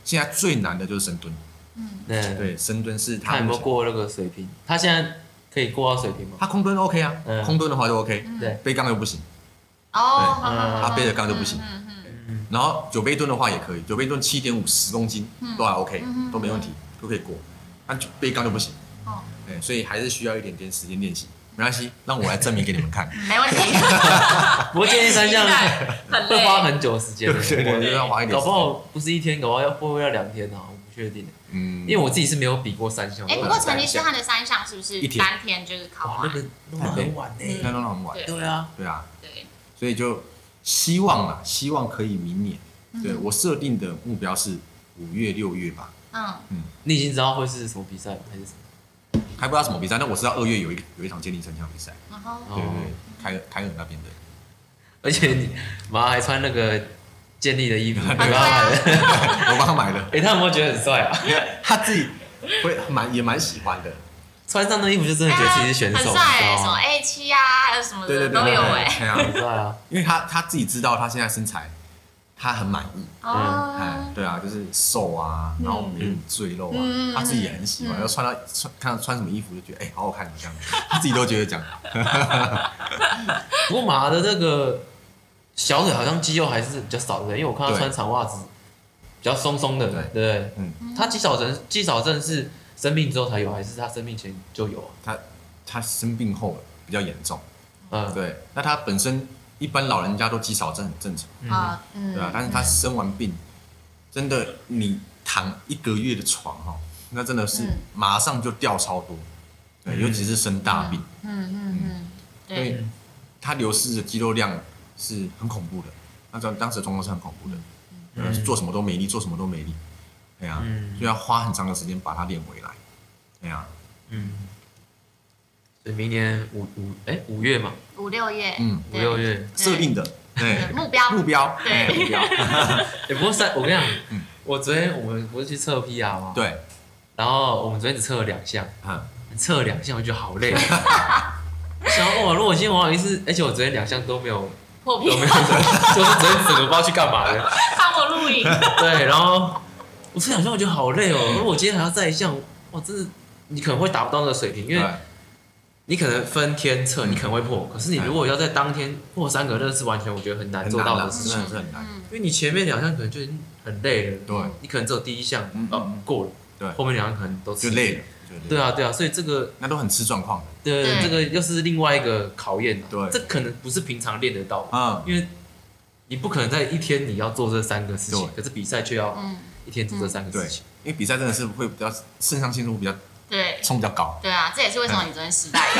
现在最难的就是深蹲。 嗯，对对，深蹲是他有没有过那个水平？他现在可以过到水平吗？ 他空蹲 OK 啊，嗯、空蹲的话就 OK，、嗯、对，背杠就不行。 哦， 对，他背着杠就不行。 嗯嗯嗯、然后酒杯蹲的话也可以，酒杯蹲七点五十公斤、嗯、都还 OK，、嗯、都没问题，都可以过。但背杠就不行。哦，对，所以还是需要一点点时间练习。没关系，让我来证明给你们看。 没问题。 不过健力三项会花很久时间， 对对对，要花一点。 搞不好不是一天，搞不好要会不会要两天呢？我不确定。嗯，因为我自己是没有比过三项。 哎，不过成吉思汗的三项是不是当天就是考完？ 那个弄很晚呢， 那弄很晚。 对啊， 对啊， 对。 所以就希望啊，希望可以明年。对我设定的目标是五月六月吧。嗯嗯，你已经知道会是什么比赛还是什么？ 还不知道什么比赛，但我知道二月有一有一场健力三项比赛，对对对，凯凯尔那边的， 而且你妈还穿那个健力的衣服，你帮他买的，我帮他买的。 哎，他有没有觉得很帅啊？ 他自己会蛮也蛮喜欢的， 穿上那衣服就真的觉得自己是选手， 很帅哎，什么 A 七啊，还有什么的都有哎， 很帅啊， 因为他他自己知道他现在身材。他很满意，嗯，哎，对啊，就是瘦啊，然后没有赘肉啊，嗯、他自己也很喜欢，然后穿到穿看穿什么衣服就觉得哎、欸，好好看这样，他自己都觉得这样。 不过马的那个小腿好像肌肉还是比较少的，因为我看他穿长袜子比较松松的，对不对？嗯，他肌少症肌少症是生病之后才有，还是他生病前就有啊？ 他他生病后比较严重，嗯，对，那他本身。一般老人家都肌少症很正常啊，嗯、对啊，但是他生完病，真的你躺一个月的床哈，那真的是马上就掉超多，对，尤其是生大病，嗯嗯嗯，所以他流失的肌肉量是很恐怖的，那当当时的状况是很恐怖的，嗯，做什么都没力，做什么都没力，对啊，所以要花很长的时间把它练回来，对啊，嗯。 所以明年五五哎五月嘛， 五六月， 嗯，五六月设定的，对目标目标， 对目标。 也不过三，我跟你讲，我昨天我们不是去测 P R 吗？ 对。 然后我们昨天只测了两项，嗯，测了两项我觉得好累。想哦，如果今天王老师，而且我昨天两项都没有破 P R， 就是昨天整个不知道去干嘛的。 帮我录影。 对，然后我测两项我觉得好累哦，如果我今天还要再一项，哇，真的你可能会达不到那个水平，因为。你可能分天测，你可能会破，可是你如果要在当天破三个，那是完全我觉得很难做到的事情， 真的是很难。 因为你前面两项可能就已经很累了， 对， 你可能只有第一项哦过了， 对， 后面两项可能都就累了， 对啊对啊，所以这个那都很吃状况的， 对，这个又是另外一个考验， 对， 这可能不是平常练得到的，因为你不可能在一天你要做这三个事情，可是比赛却要一天做这三个事情， 因为比赛真的是会比较肾上腺素比较。 对， 冲比较高。 对啊，这也是为什么你昨天失败了。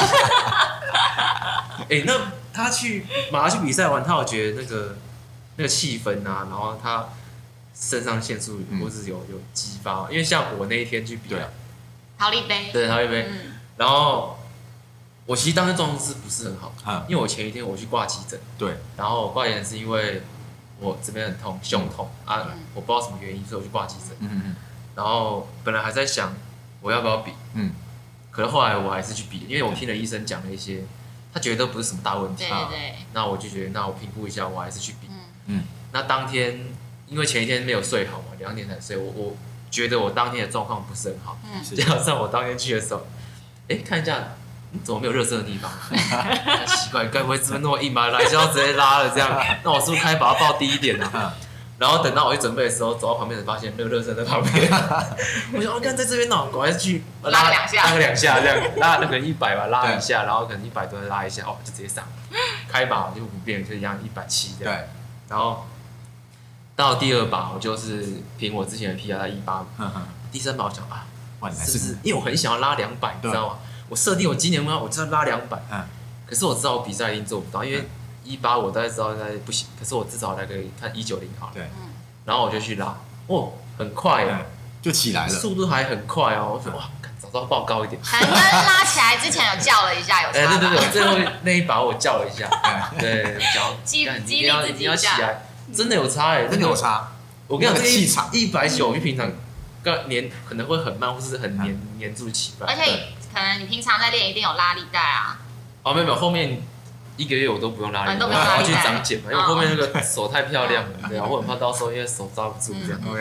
哎，那他去马上去比赛完，他有觉得那个那个气氛啊，然后他肾上腺素或是有有激发，因为像我那一天去比啊， 陶力杯， 对陶力杯，然后我其实当时状况是不是很好？因为我前一天我去挂急诊， 对， 然后我挂急诊是因为我这边很痛，胸痛啊，我不知道什么原因，所以我去挂急诊。嗯嗯，然后本来还在想。我要不要比？嗯，可是后来我还是去比，因为我听了医生讲了一些，他觉得都不是什么大问题。 对对对。 那我就觉得，那我评估一下，我还是去比。嗯。那当天因为前一天没有睡好嘛，两点才睡，我我觉得我当天的状况不是很好。嗯。加上我当天去的时候，哎，看一下，怎么没有热身的地方？奇怪，该不会这么那么硬吧？来就要直接拉了这样？那我是不是开把它报低一点呢？然后等到我去准备的时候，走到旁边才发现那个热身在旁边。我想，我看在这边呢，赶快去拉个两下， 拉个两下这样，拉那可能一百吧，拉一下，然后可能一百多拉一下，哦，就直接上。开把就不变，就一样一百七这样。对。然后到第二把，我就是凭我之前的 P R 在一八，第三把我想啊，是不是？因为我很想要拉两百，你知道吗？我设定我今年目标，我就要拉两百。嗯。可是我知道我比赛一定做不到，因为。一八我大概知道应该不行，可是我至少还可以看一九零好了。对，然后我就去拉，哦，很快哎， 就起来了， 速度还很快哦。我说哇，早知道报高一点。 可能拉起来之前有叫了一下，有。 哎，对对对，最后那一把我叫了一下，对，叫激激励自己一下，真的有差哎， 真的有差。 我跟你讲，气场一百九，就平常跟黏可能会很慢，或是很黏黏住起来。 而且可能你平常在练一定有拉力带啊。 哦，没有没有，后面。一个月我都不用拉力，我要去长茧嘛，因为我后面那个手太漂亮了，对啊，我很怕到时候因为手抓不住这样。 OK，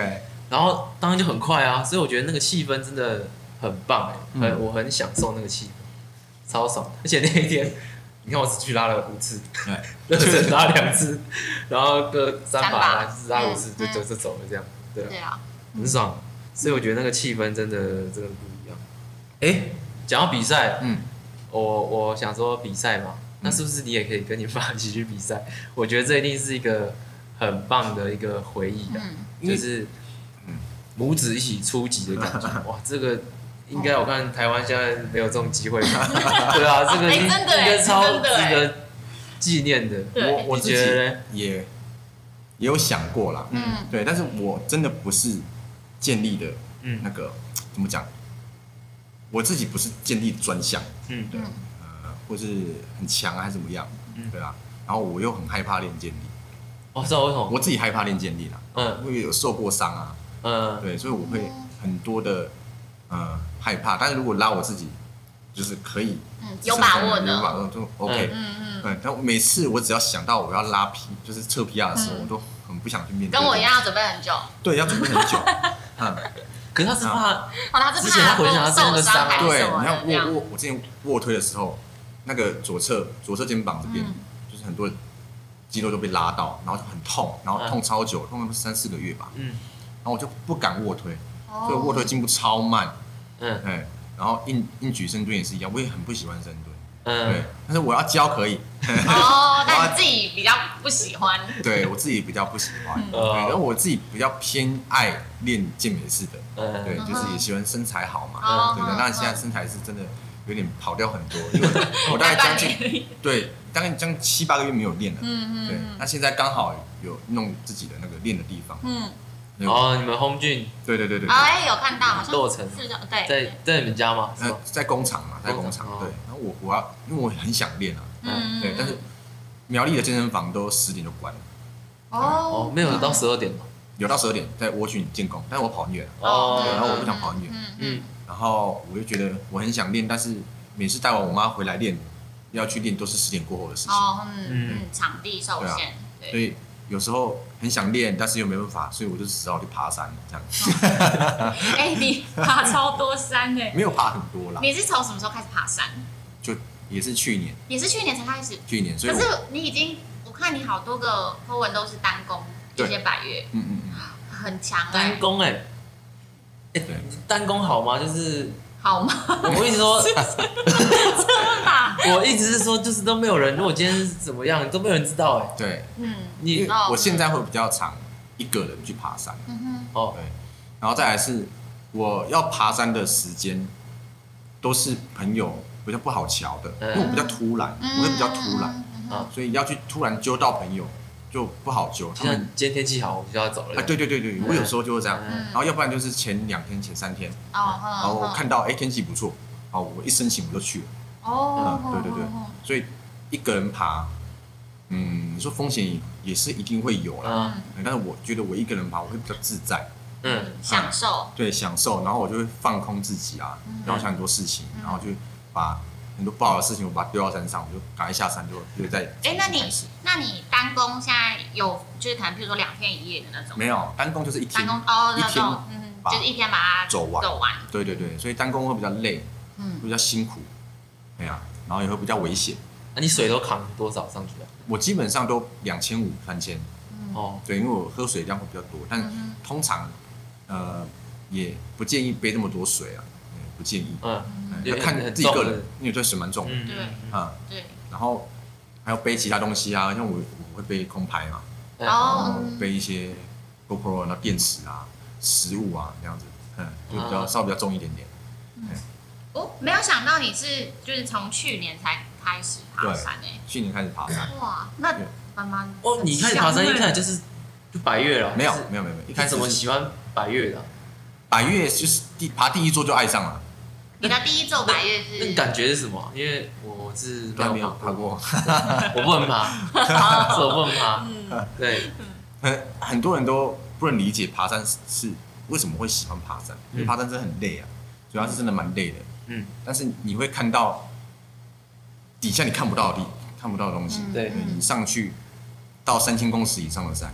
然后当然就很快啊，所以我觉得那个气氛真的很棒哎，很、嗯、我很享受那个气氛，超爽。而且那一天，你看我只去拉了五次，热身拉两次，然后各三把拉拉五次就就就走了这样，对啊， 对啊， 很爽。所以我觉得那个气氛真的真的不一样。哎，讲到比赛，嗯，我我想说比赛嘛，那是不是你也可以跟你妈一起去比赛？我觉得这一定是一个很棒的一个回忆的，嗯、就是母子一起出击的感觉。哇，这个应该我看台湾现在没有这种机会，对啊，这个应该超值得纪念的。 我我自己也也有想过啦，嗯，对，但是我真的不是建立的那个、嗯、怎么讲？我自己不是建立专项，嗯，对，呃，或是很强还是怎么样，嗯，对啊。然后我又很害怕练健力， 哦，知道为什么？ 我自己害怕练健力啦，嗯，因为有受过伤啊，嗯，对，所以我会很多的呃害怕。但是如果拉我自己，就是可以， 嗯，有把握的， 有把握就 OK，嗯嗯嗯。但每次我只要想到我要拉 P， 就是测 P R 的时候，我都很不想去面对。 跟我一样要准备很久。 对，要准备很久，嗯。 可是他是怕，哦， 他是怕之前他回想他真的伤害。 对，你看卧卧，我之前卧推的时候，那个左侧左侧肩膀这边，嗯、就是很多肌肉都被拉到，然后就很痛，然后痛超久，痛了三四个月吧。嗯，然后我就不敢卧推，哦、所以卧推进步超慢。嗯，对，然后硬硬举深蹲也是一样，我也很不喜欢深蹲。嗯，对，但是我要教可以。 哦，但你自己比较不喜欢。 对我自己比较不喜欢，嗯、对，然后我自己比较偏爱练健美式的，嗯、对，就是也喜欢身材好嘛，嗯、对的。那现在身材是真的有点跑掉很多，因为我大概将近对，大概将七八个月没有练了，嗯嗯，对。那现在刚好有弄自己的那个练的地方，嗯。 哦，你们红俊， 对对对对， 哎，有看到，好像洛城是对， 在在你们家吗？ 呃，在工厂嘛，在工厂，对。然后我我要，因为我很想练啊，嗯，对，但是苗栗的健身房都十点就关了。 哦，没有到十二点吗？ 有到十二点，在蜗居建工，但是我跑很远，哦，然后我不想跑很远，嗯，然后我就觉得我很想练，但是每次带完我妈回来练，要去练都是十点过后的事情。 哦，嗯嗯，场地受限， 对，所以有时候很想练，但是又没办法，所以我就只好去爬山这样。 哎，你爬超多山哎！ 没有爬很多啦。 你是从什么时候开始爬山？ 就也是去年。 也是去年才开始。 去年，所以可是你已经，我看你好多个 po 文都是单攻一些百岳，嗯嗯嗯，很强哎。 单攻哎，哎，单攻好吗？就是。 好吗？ 我一直说， 这么大， 我一直是说，就是都没有人。如果今天是怎么样，都没有人知道哎。 对，嗯，你我现在会比较常一个人去爬山，嗯哼，哦，对，然后再来是我要爬山的时间都是朋友比较不好瞧的，因为我比较突然，我会比较突然啊，所以要去突然揪到朋友就不好揪。他们今天天气好，我们就要走了。 啊，对对对对，我有时候就会这样，然后要不然就是前两天、前三天，然后我看到哎天气不错，好，我一申请我就去了。哦，对对对，所以一个人爬，嗯，你说风险也是一定会有啦，但是我觉得我一个人爬我会比较自在， 嗯，享受， 对，享受，然后我就会放空自己啊，然后想很多事情，然后就把很多不好的事情我把它丢到山上，我就赶快下山就就在。 哎，那你那你单攻现在有就是可能比如说两天一夜的那种？ 没有，单攻就是一天， 单攻哦， 一天， 嗯，就是一天把它走完， 走完。 对对对，所以单攻会比较累，嗯，比较辛苦，对呀，然后也会比较危险。 那你水都扛多少上去啊？ 我基本上都两千五、三千，哦，对，因为我喝水量会比较多，但通常呃也不建议背那么多水啊，不建议，嗯。要看自己个人，因为这水蛮重的， 对，啊，对， 然后还要背其他东西啊，像我我会背空拍嘛，然后背一些 GoPro 然后电池啊、食物啊这样子，嗯，就比较稍微比较重一点点。 哦，没有想到你是就是从去年才开始爬山诶， 去年开始爬山， 哇，那慢慢哦，你开始爬山一开始就是就百岳了， 没有没有没有，一开始怎么喜欢百岳的？ 百岳就是第爬第一座就爱上了。 你的第一座百岳是？ 那感觉是什么？因为我是没有爬过， 我不能爬，是我不能爬。嗯，对， 很很多人都不能理解爬山是为什么会喜欢爬山，因为爬山真的很累啊，主要是真的蛮累的。嗯，但是你会看到底下你看不到的地，看不到的东西。对，你上去到三千公尺以上的山，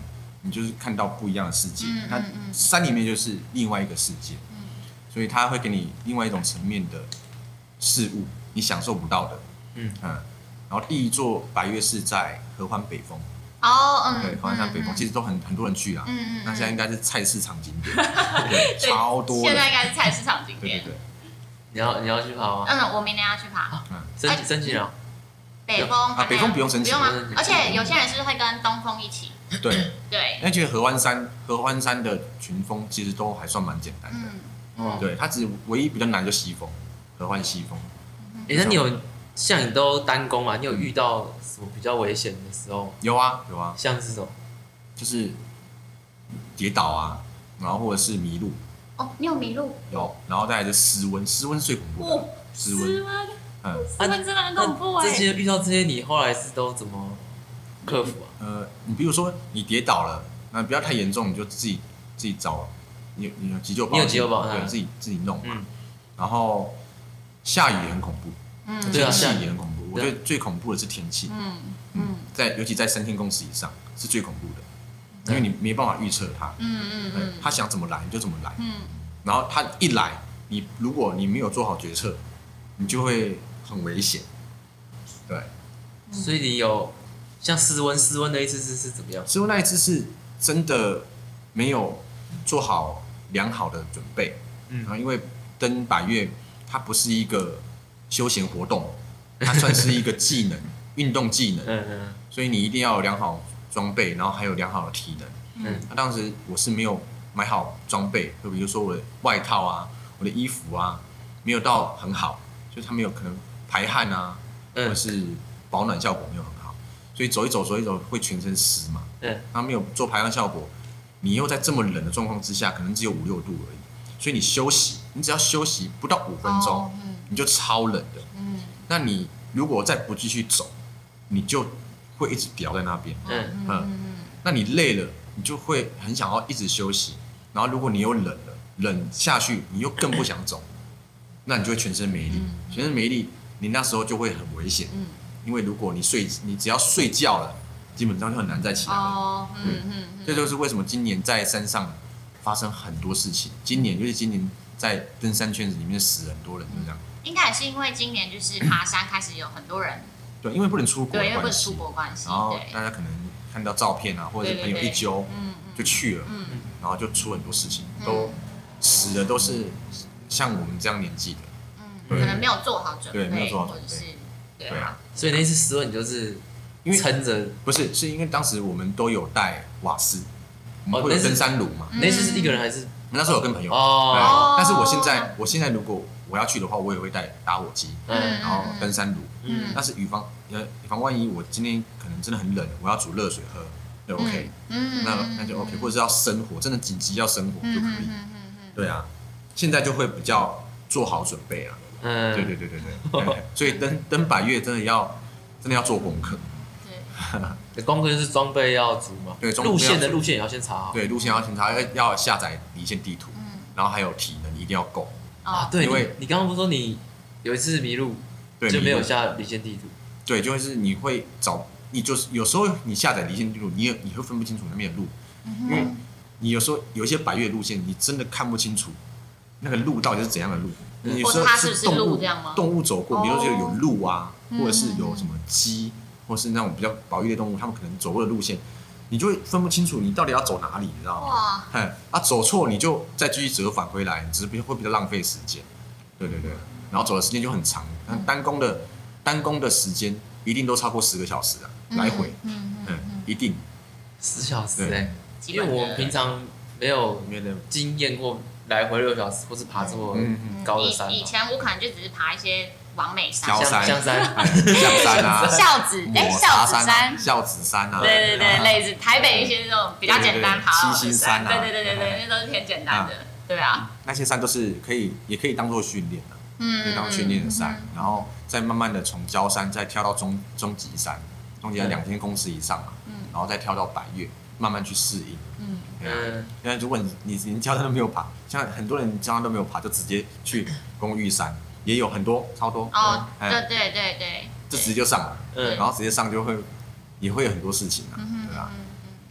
你就是看到不一样的世界。那山里面就是另外一个世界，所以它会给你另外一种层面的事物，你享受不到的。嗯嗯。然后第一座百岳是在合欢北峰。 哦，嗯， 对，合欢山北峰其实都很很多人去啦。嗯嗯。那现在应该是菜市场景点，对，超多。 现在应该是菜市场景点。 对对对。 你要你要去爬吗？ 嗯，我明年要去爬。 嗯，申申请了。 北峰啊，北峰不用申请， 不用吗？而且有些人是会跟东峰一起。 对对。 那其实合欢山合欢山的群峰其实都还算蛮简单的。嗯。对，它只唯一比较难就西峰，合欢西峰。 哎，那你有像你都单攻嘛？你有遇到什么比较危险的时候？ 有啊有啊。 像是什么？ 就是跌倒啊，然后或者是迷路。 哦，你有迷路？ 有，然后再来就失温，失温是最恐怖的。失温。 失温。嗯。失温真的很恐怖哎。 这些遇到这些，你后来是都怎么克服啊？ 呃，你比如说你跌倒了，那不要太严重，你就自己自己找，你你有急救包， 你有急救包， 对，自己自己弄嘛。嗯。然后下雨也很恐怖，嗯，天气也很恐怖。我觉得最恐怖的是天气，嗯嗯，在尤其在三千公尺以上是最恐怖的，因为你没办法预测它，嗯嗯嗯，他想怎么来你就怎么来，嗯，然后他一来，你如果你没有做好决策，你就会很危险，对。 所以你有像失温，失温的一次是是怎么样？ 失温那一次是真的没有做好良好的准备，嗯，然后因为登百岳它不是一个休闲活动，它算是一个技能，运动技能，嗯嗯，所以你一定要有良好装备，然后还有良好的体能，嗯，那当时我是没有买好装备，就比如说我的外套啊，我的衣服啊，没有到很好，就是它没有可能排汗啊，或者是保暖效果没有很好，所以走一走走一走会全身湿嘛，嗯，它没有做排汗效果，你又在这么冷的状况之下，可能只有五六度而已，所以你休息，你只要休息不到五分钟，哦嗯、你就超冷的，嗯，那你如果再不继续走，你就会一直吊在那边，嗯嗯嗯，那你累了，你就会很想要一直休息，然后如果你又冷了，冷下去你又更不想走，那你就会全身没力，嗯、全身没力，你那时候就会很危险，嗯，因为如果你睡，你只要睡觉了，基本上就很难再起来了，哦，嗯嗯，这就是为什么今年在山上发生很多事情，今年就是今年在登山圈子里面死很多人，就这样。 应该也是因为今年就是爬山开始有很多人， 对，因为不能出国的关系， 对，因为不能出国关系， 然后大家可能看到照片啊，或者是朋友一揪，嗯，就去了，嗯，然后就出很多事情，都死的都是像我们这样年纪的， 嗯，可能没有做好准备， 对，没有做好准备， 对啊， 所以那次失温你就是因为撑着， 不是，是因为当时我们都有带瓦斯，我们会有登山炉嘛， 那次是一个人还是？ 那时候有跟朋友哦，但是我现在我现在如果我要去的话，我也会带打火机，嗯，然后登山炉，嗯，但是以防呃以防万一我今天可能真的很冷，我要煮热水喝，就 OK，嗯，那那就 OK，或者是要生火，真的紧急要生火就可以，对啊，现在就会比较做好准备啊，嗯，对对对对对，所以登登百岳真的要真的要做功课。 功课就是装备要足嘛， 对， 路线的路线也要先查好， 对，路线要先查，要要下载离线地图，嗯，然后还有体能一定要够啊，对，因为你刚刚不是说你有一次迷路，对，就没有下离线地图， 对，就是你会找，你就是有时候你下载离线地图，你也你会分不清楚那边的路，嗯、因为你有时候有一些百岳路线，你真的看不清楚那个路到底是怎样的路， 嗯、有时候是动物动物走过，比如说有鹿啊，哦、或者是有什么鸡。或是那种比较保育类动物，他们可能走过的路线，你就会分不清楚你到底要走哪里，你知道吗？哇！哎，啊，走错你就再继续折返回来，只是会比较浪费时间。对对对，然后走的时间就很长，但单攻的单攻的时间一定都超过十个小时啊，嗯、来回，嗯嗯，一定十小时哎、欸，因为我平常没有经验过来回六小时，或是爬这么高的山、嗯。 以前我可能就只是爬一些。王美山、 香山、 香山、 香山啊， 孝子哎，孝子山、 孝子山啊， 对对对，类似台北一些那种比较简单爬七星山啊， 对对对对对，那都是偏简单的，对啊。 那些山都是可以，也可以当做训练的，嗯，可以当训练的山，然后再慢慢的从焦山再跳到中中级山，中级山两千公尺以上嘛，嗯，然后再跳到百岳，慢慢去适应，嗯，对啊。因为如果你你连焦山都没有爬，像很多人焦山都没有爬，就直接去公寓山。也有很多超多哦，对对对对， 就直接就上了，嗯，然后直接上就会也会有很多事情啊，对啊，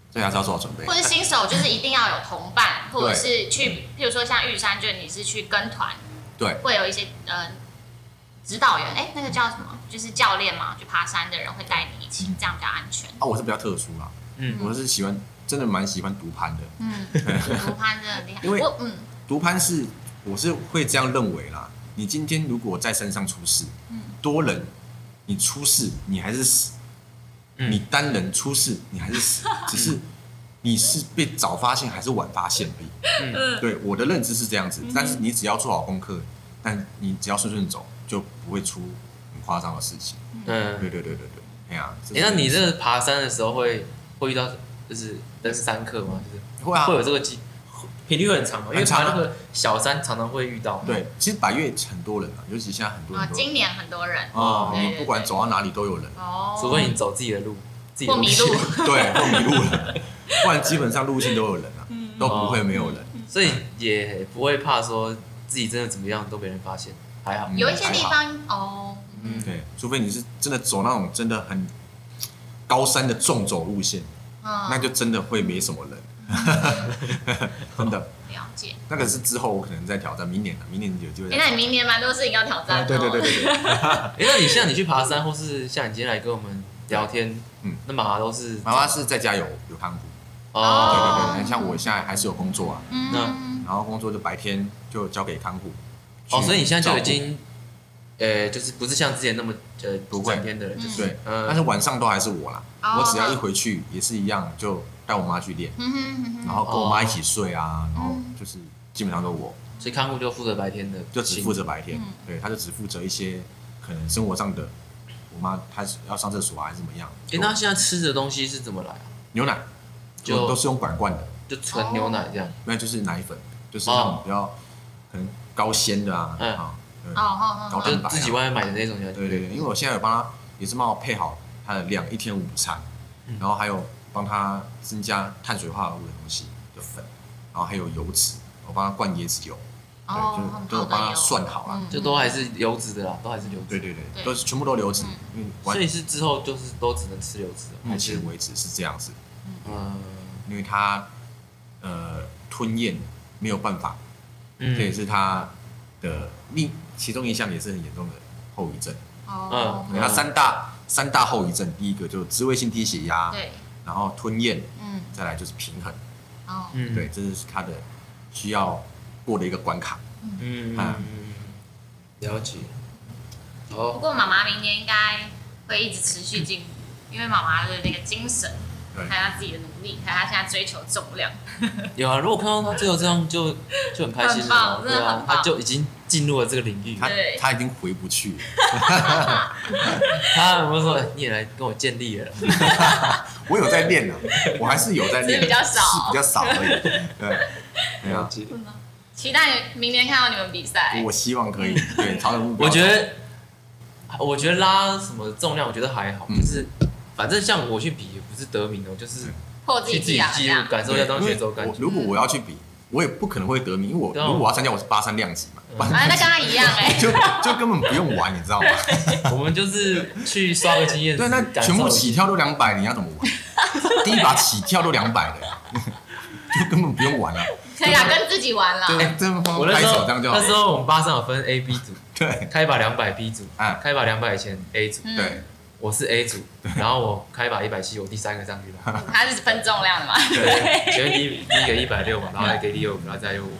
所以还是要做好准备。 或者新手就是一定要有同伴，或者是去，譬如说像玉山，就你是去跟团， 对， 会有一些呃指导员，哎，那个叫什么？就是教练嘛，去爬山的人会带你一起，这样比较安全。 啊，我是比较特殊啦，嗯，我是喜欢，真的蛮喜欢独攀的， 嗯，独攀真的厉害， 因为我嗯， 独攀是我是会这样认为啦。你今天如果在山上出事，嗯，多人你出事你还是死，嗯、你单人出事你还是死，只是你是被早发现还是晚发现而已。嗯，对，我的认知是这样子，但是你只要做好功课，但你只要顺顺走，就不会出很夸张的事情。嗯，对对对对对，哎呀， 哎，那你这个爬山的时候会会遇到就是登山客吗？就是会啊， 会有这个机频率会很长嘛？因为爬那个小山常常会遇到。 对，其实百岳很多人啊，尤其现在很多人。 啊，今年很多人哦，你不管走到哪里都有人。 哦， 除非你走自己的路，自己的或迷路， 对，或迷路了，不然基本上路线都有人啊，都不会没有人， 所以也不会怕说自己真的怎么样都没人发现，还好。 有一些地方哦， 嗯，对，除非你是真的走那种真的很高山的纵走路线，那就真的会没什么人。真的了解， 那个是之后我可能再挑战，明年了，明年有机会。 那你明年蛮多事情要挑战。 对对对对对。 哎，那你像你去爬山，或是像你今天来跟我们聊天，嗯，那妈妈都是妈妈是在家有有看护。 哦， 对对对，像我现在还是有工作啊， 嗯， 然后工作就白天就交给看护。 哦，所以你现在就已经，呃，就是不是像之前那么呃不会整天的人，就是对，但是晚上都还是我啦，我只要一回去也是一样就。带我妈去练，然后跟我妈一起睡啊，然后就是基本上都我， 所以看护就负责白天的， 就只负责白天，对，他就只负责一些可能生活上的，我妈她要上厕所啊还是怎么样。 哎，那现在吃的东西是怎么来啊？ 牛奶，就都是用管灌的， 就纯牛奶这样， 那就是奶粉，就是那种比较可能高纤的啊，啊， 哦高蛋白， 自己外面买的那种。 对对对，因为我现在有帮他也是帮我配好它的量，一天午餐，然后还有。帮他增加碳水化合物的东西的粉，然后还有油脂，我帮他灌椰子油，对，就都有帮他算好了， 就都还是流质的啦，都还是流质。 对对对，都是全部都流质。 所以是之后就是都只能吃流质， 目前为止是这样子。 嗯， 因为他呃吞咽没有办法，这也是他的另其中一项也是很严重的后遗症。 哦， 他三大三大后遗症，第一个就是自慰性低血压。 对。 然后吞咽， 嗯， 再来就是平衡， 哦， 嗯，对，这是他的需要过的一个关卡， 嗯，了解。 哦，不过妈妈明年应该会一直持续进步，因为妈妈的那个精神，还有她自己的努力，还有她现在追求重量。 有啊，如果看到她最后这样就就很开心了， 对啊， 她就已经进入了这个领域， 他他已经回不去了。 他有没有说你也来跟我建立了？ 我有在练呢，我还是有在练， 比较少， 是比较少而已。对， 了解。 期待明年看到你们比赛。 我希望可以，对，朝着目标。 我觉得，我觉得拉什么重量，我觉得还好，就是反正像我去比，也不是得名的，就是去自己记录，感受一下当选手感觉。 如果我要去比，我也不可能会得名，因为我如果我要参加，我是八三量级嘛。 啊，那跟他一样哎， 就就根本不用玩，你知道吗？ 我们就是去刷个经验。 对，那全部起跳都两百，你要怎么玩？第一把起跳都两百的，就根本不用玩了。 可以啊，跟自己玩了。 对，这么拍手这样就好。 那时候我们八三有分 A、B 组， 对， 开把两百 B 组， 啊， 开把两百前 A 组， 对， 我是 A 组，然后我开把一百七，我第三个上去了。 他是分重量的嘛？ 对，前面第一第一个一百六嘛，然后再给第二五，然后再六五。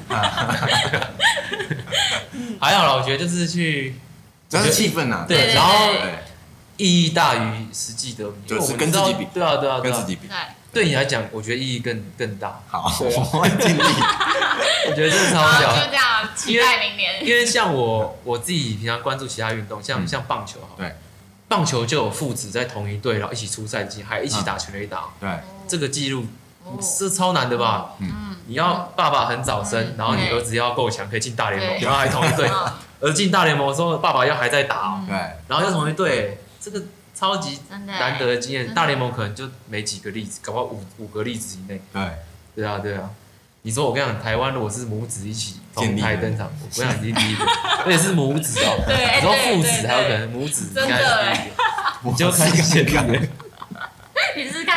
还好啦，我觉得就是去， 主要是气氛呐。 对，然后意义大于实际得名， 就是跟自己比。 对啊，对啊， 跟自己比。 对你来讲，我觉得意义更更大。 好，我会尽力。 我觉得这是超屌。 就这样，期待明年。 因为像我我自己平常关注其他运动，像像棒球哈， 对， 棒球就有父子在同一队，然后一起出赛季，还一起打全垒打。 对， 这个记录是超难的吧？嗯，你要爸爸很早生，然后你儿子要够强，可以进大联盟，然后还同一队。而进大联盟的时候，爸爸要还在打， 对， 然后又同一队，这个。超级难得的经验，大联盟可能就没几个例子，搞不好五五个例子以内。 对， 对啊，对啊。你说我跟你讲，台湾如果是母子一起同台登场，我跟你讲已经第一个，而且是母子哦。 对， 你说父子还有可能母子应该是第一个，你就开始看看。 你试试看看，好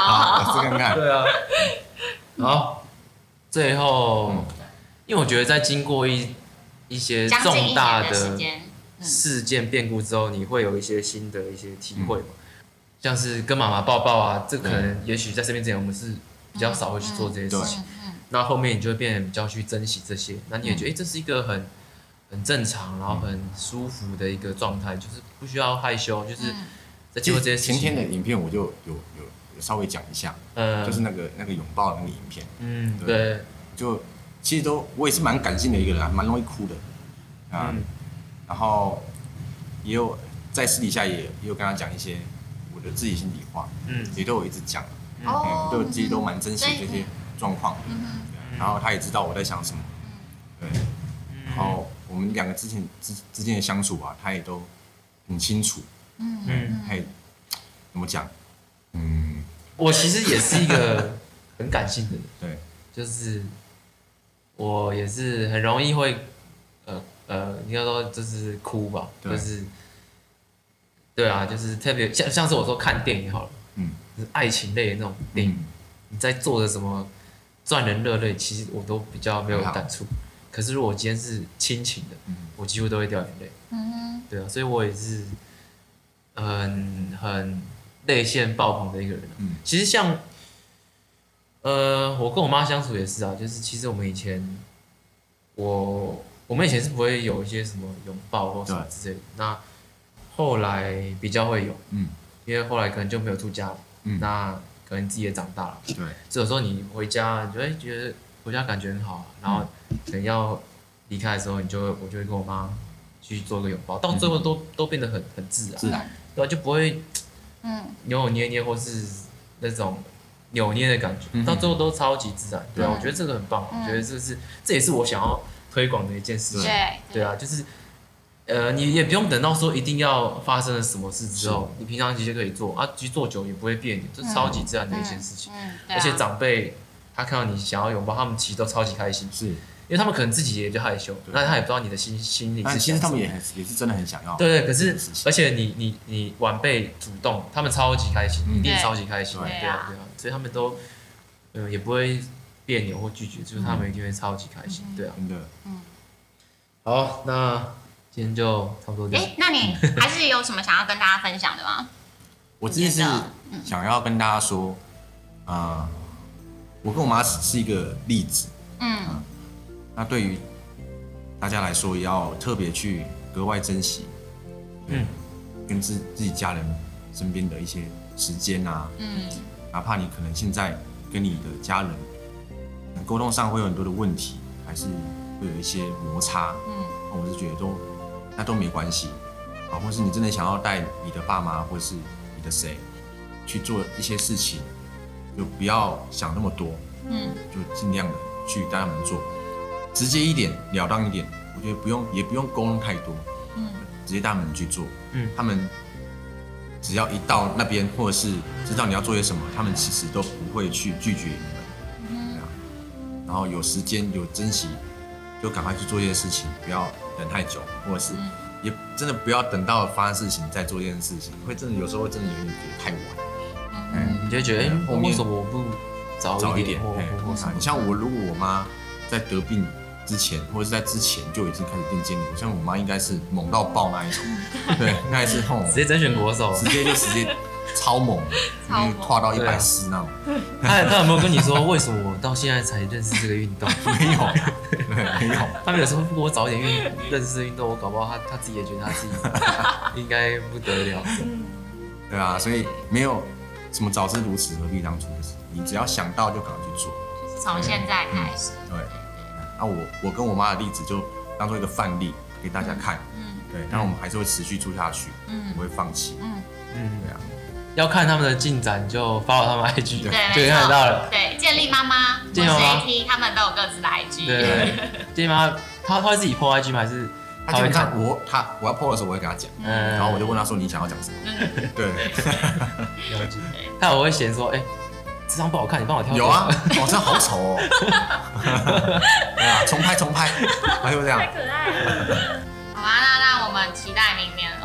好，试看看。 对啊。好，最后，因为我觉得在经过一一些重大的事件变故之后，你会有一些新的一些体会嘛，像是跟妈妈抱抱啊，这可能也许在身边之前我们是比较少会去做这些事情，那后面你就会变得比较去珍惜这些，那你也觉得哎，这是一个很很正常，然后很舒服的一个状态，就是不需要害羞，就是在经过这些事情。 前天的影片我就有有有稍微讲一下，嗯，就是那个那个拥抱的那个影片， 嗯，对， 就其实都我也是蛮感性的一个人，蛮容易哭的啊，嗯、然后也有在私底下也也有跟他讲一些我的自己心里话，嗯，也都有一直讲，嗯，对我自己都蛮珍惜这些状况的，嗯，然后他也知道我在想什么，对，然后我们两个之前之之间的相处啊，他也都很清楚，嗯，嗯，他也怎么讲，嗯， 我其实也是一个很感性的人， 对， 就是我也是很容易会，呃呃，应该说就是哭吧，就是对啊，就是特别像像是我说看电影好了，嗯，就是爱情类的那种电影，嗯、你在做的什么赚人热泪，其实我都比较没有感触。可是如果我今天是亲情的，嗯、我几乎都会掉眼泪。嗯，对啊，所以我也是很很泪腺爆棚的一个人、啊。嗯，其实像呃，我跟我妈相处也是啊，就是其实我们以前我我们以前是不会有一些什么拥抱或什么之类的，那后来比较会有，嗯，因为后来可能就没有住家，嗯，那可能自己也长大了，对，所以有时候你回家，你就会觉得回家感觉很好、啊，然后可能要离开的时候，你就会我就会跟我妈去做个拥抱，到最后都、嗯、都变得很很自然， 自然， 对、啊，就不会，嗯，扭扭捏捏或是那种扭捏的感觉，嗯、到最后都超级自然，对啊，嗯、我觉得这个很棒，嗯、我觉得这是这也是我想要推广的一件事情， 对， 对啊，就是。呃，你也不用等到说一定要发生了什么事之后，你平常其实可以做啊，其实做久也不会别扭，这是超级自然的一件事情。嗯嗯嗯啊、而且长辈他看到你想要拥抱，他们其实都超级开心，是因为他们可能自己也就害羞，那他也不知道你的心心里是。 其实他们也也是真的很想要。 对对，可是而且你你你晚辈主动，他们超级开心，嗯、一定超级开心，对啊对啊，所以他们都呃也不会别扭或拒绝，就是他们一定会超级开心，对啊， 真的。 嗯，好，那。今天就差不多这样。 哎，那你还是有什么想要跟大家分享的吗？ 我自己是想要跟大家说，啊、呃，我跟我妈是一个例子，嗯，呃、那对于大家来说，也要特别去格外珍惜，嗯，跟自自己家人身边的一些时间啊，嗯，哪怕你可能现在跟你的家人沟通上会有很多的问题，还是会有一些摩擦，嗯，我是觉得都。那都没关系，啊，或是你真的想要带你的爸妈，或是你的谁去做一些事情，就不要想那么多，嗯，就尽量的去带他们做，直接一点，了当一点，我觉得不用，也不用沟通太多，嗯，直接带他们去做，嗯，他们只要一到那边，或者是知道你要做些什么，他们其实都不会去拒绝你们，嗯，然后有时间有珍惜，就赶快去做这些事情，不要等太久，或者是也真的不要等到发生事情再做这件事情，会真的有时候会真的有点觉得太晚。 嗯，你就觉得哎，后面为什么我不早一点？ 你像我，如果我妈在得病之前，或者是在之前就已经开始练健力，像我妈应该是猛到爆那一种，对，应该是吼， 直接甄选国手， 直接就直接超猛，跨到一百四那种。 他他有没有跟你说为什么我到现在才认识这个运动？ 没有。没有， 他们有时候如果我早一点运认识运动，我搞不好他他自己也觉得他自己应该不得了。 对啊，所以没有什么早知如此何必当初的事，你只要想到就赶快去做。 就是从现在开始。 嗯、对，那我我跟我妈的例子就当做一个范例给大家看。嗯，对，但我们还是会持续做下去，嗯，不会放弃。嗯嗯，对啊。 要看他们的进展，就 follow 他们 I G， 就可以看得到了。 对，建立妈妈、建立妈妈 A T， 他们都有各自的 I G。 对对对，建立妈妈，他他会自己 po I G 吗？还是他会看我？他我要 po 的时候，我会跟他讲，嗯，然后我就问他说：“你想要讲什么？”嗯，对， 了解。他我会嫌说：“哎，这张不好看，你帮我挑。” 有啊，哦，这好丑哦。对啊，重拍重拍，还是这样。 太可爱了。好啊，那那我们期待明年喽。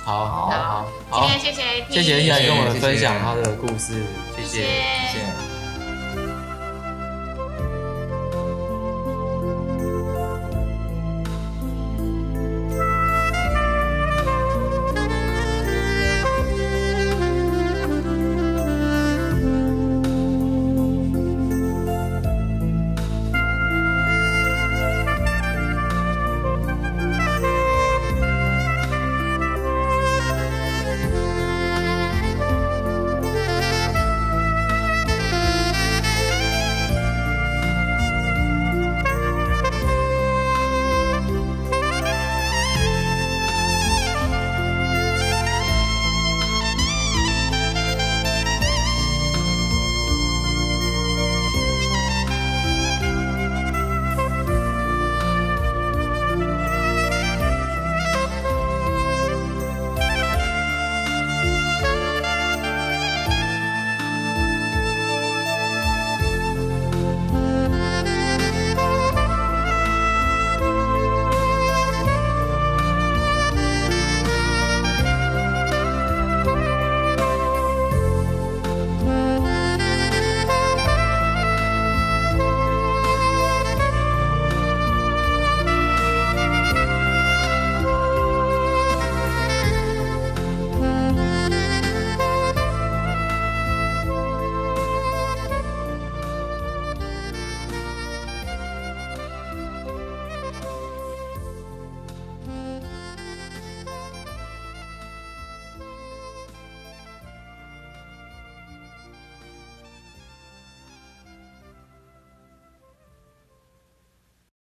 好好好， 今天谢谢 A P， 谢谢 A P 来跟我们分享他的故事，谢谢谢谢。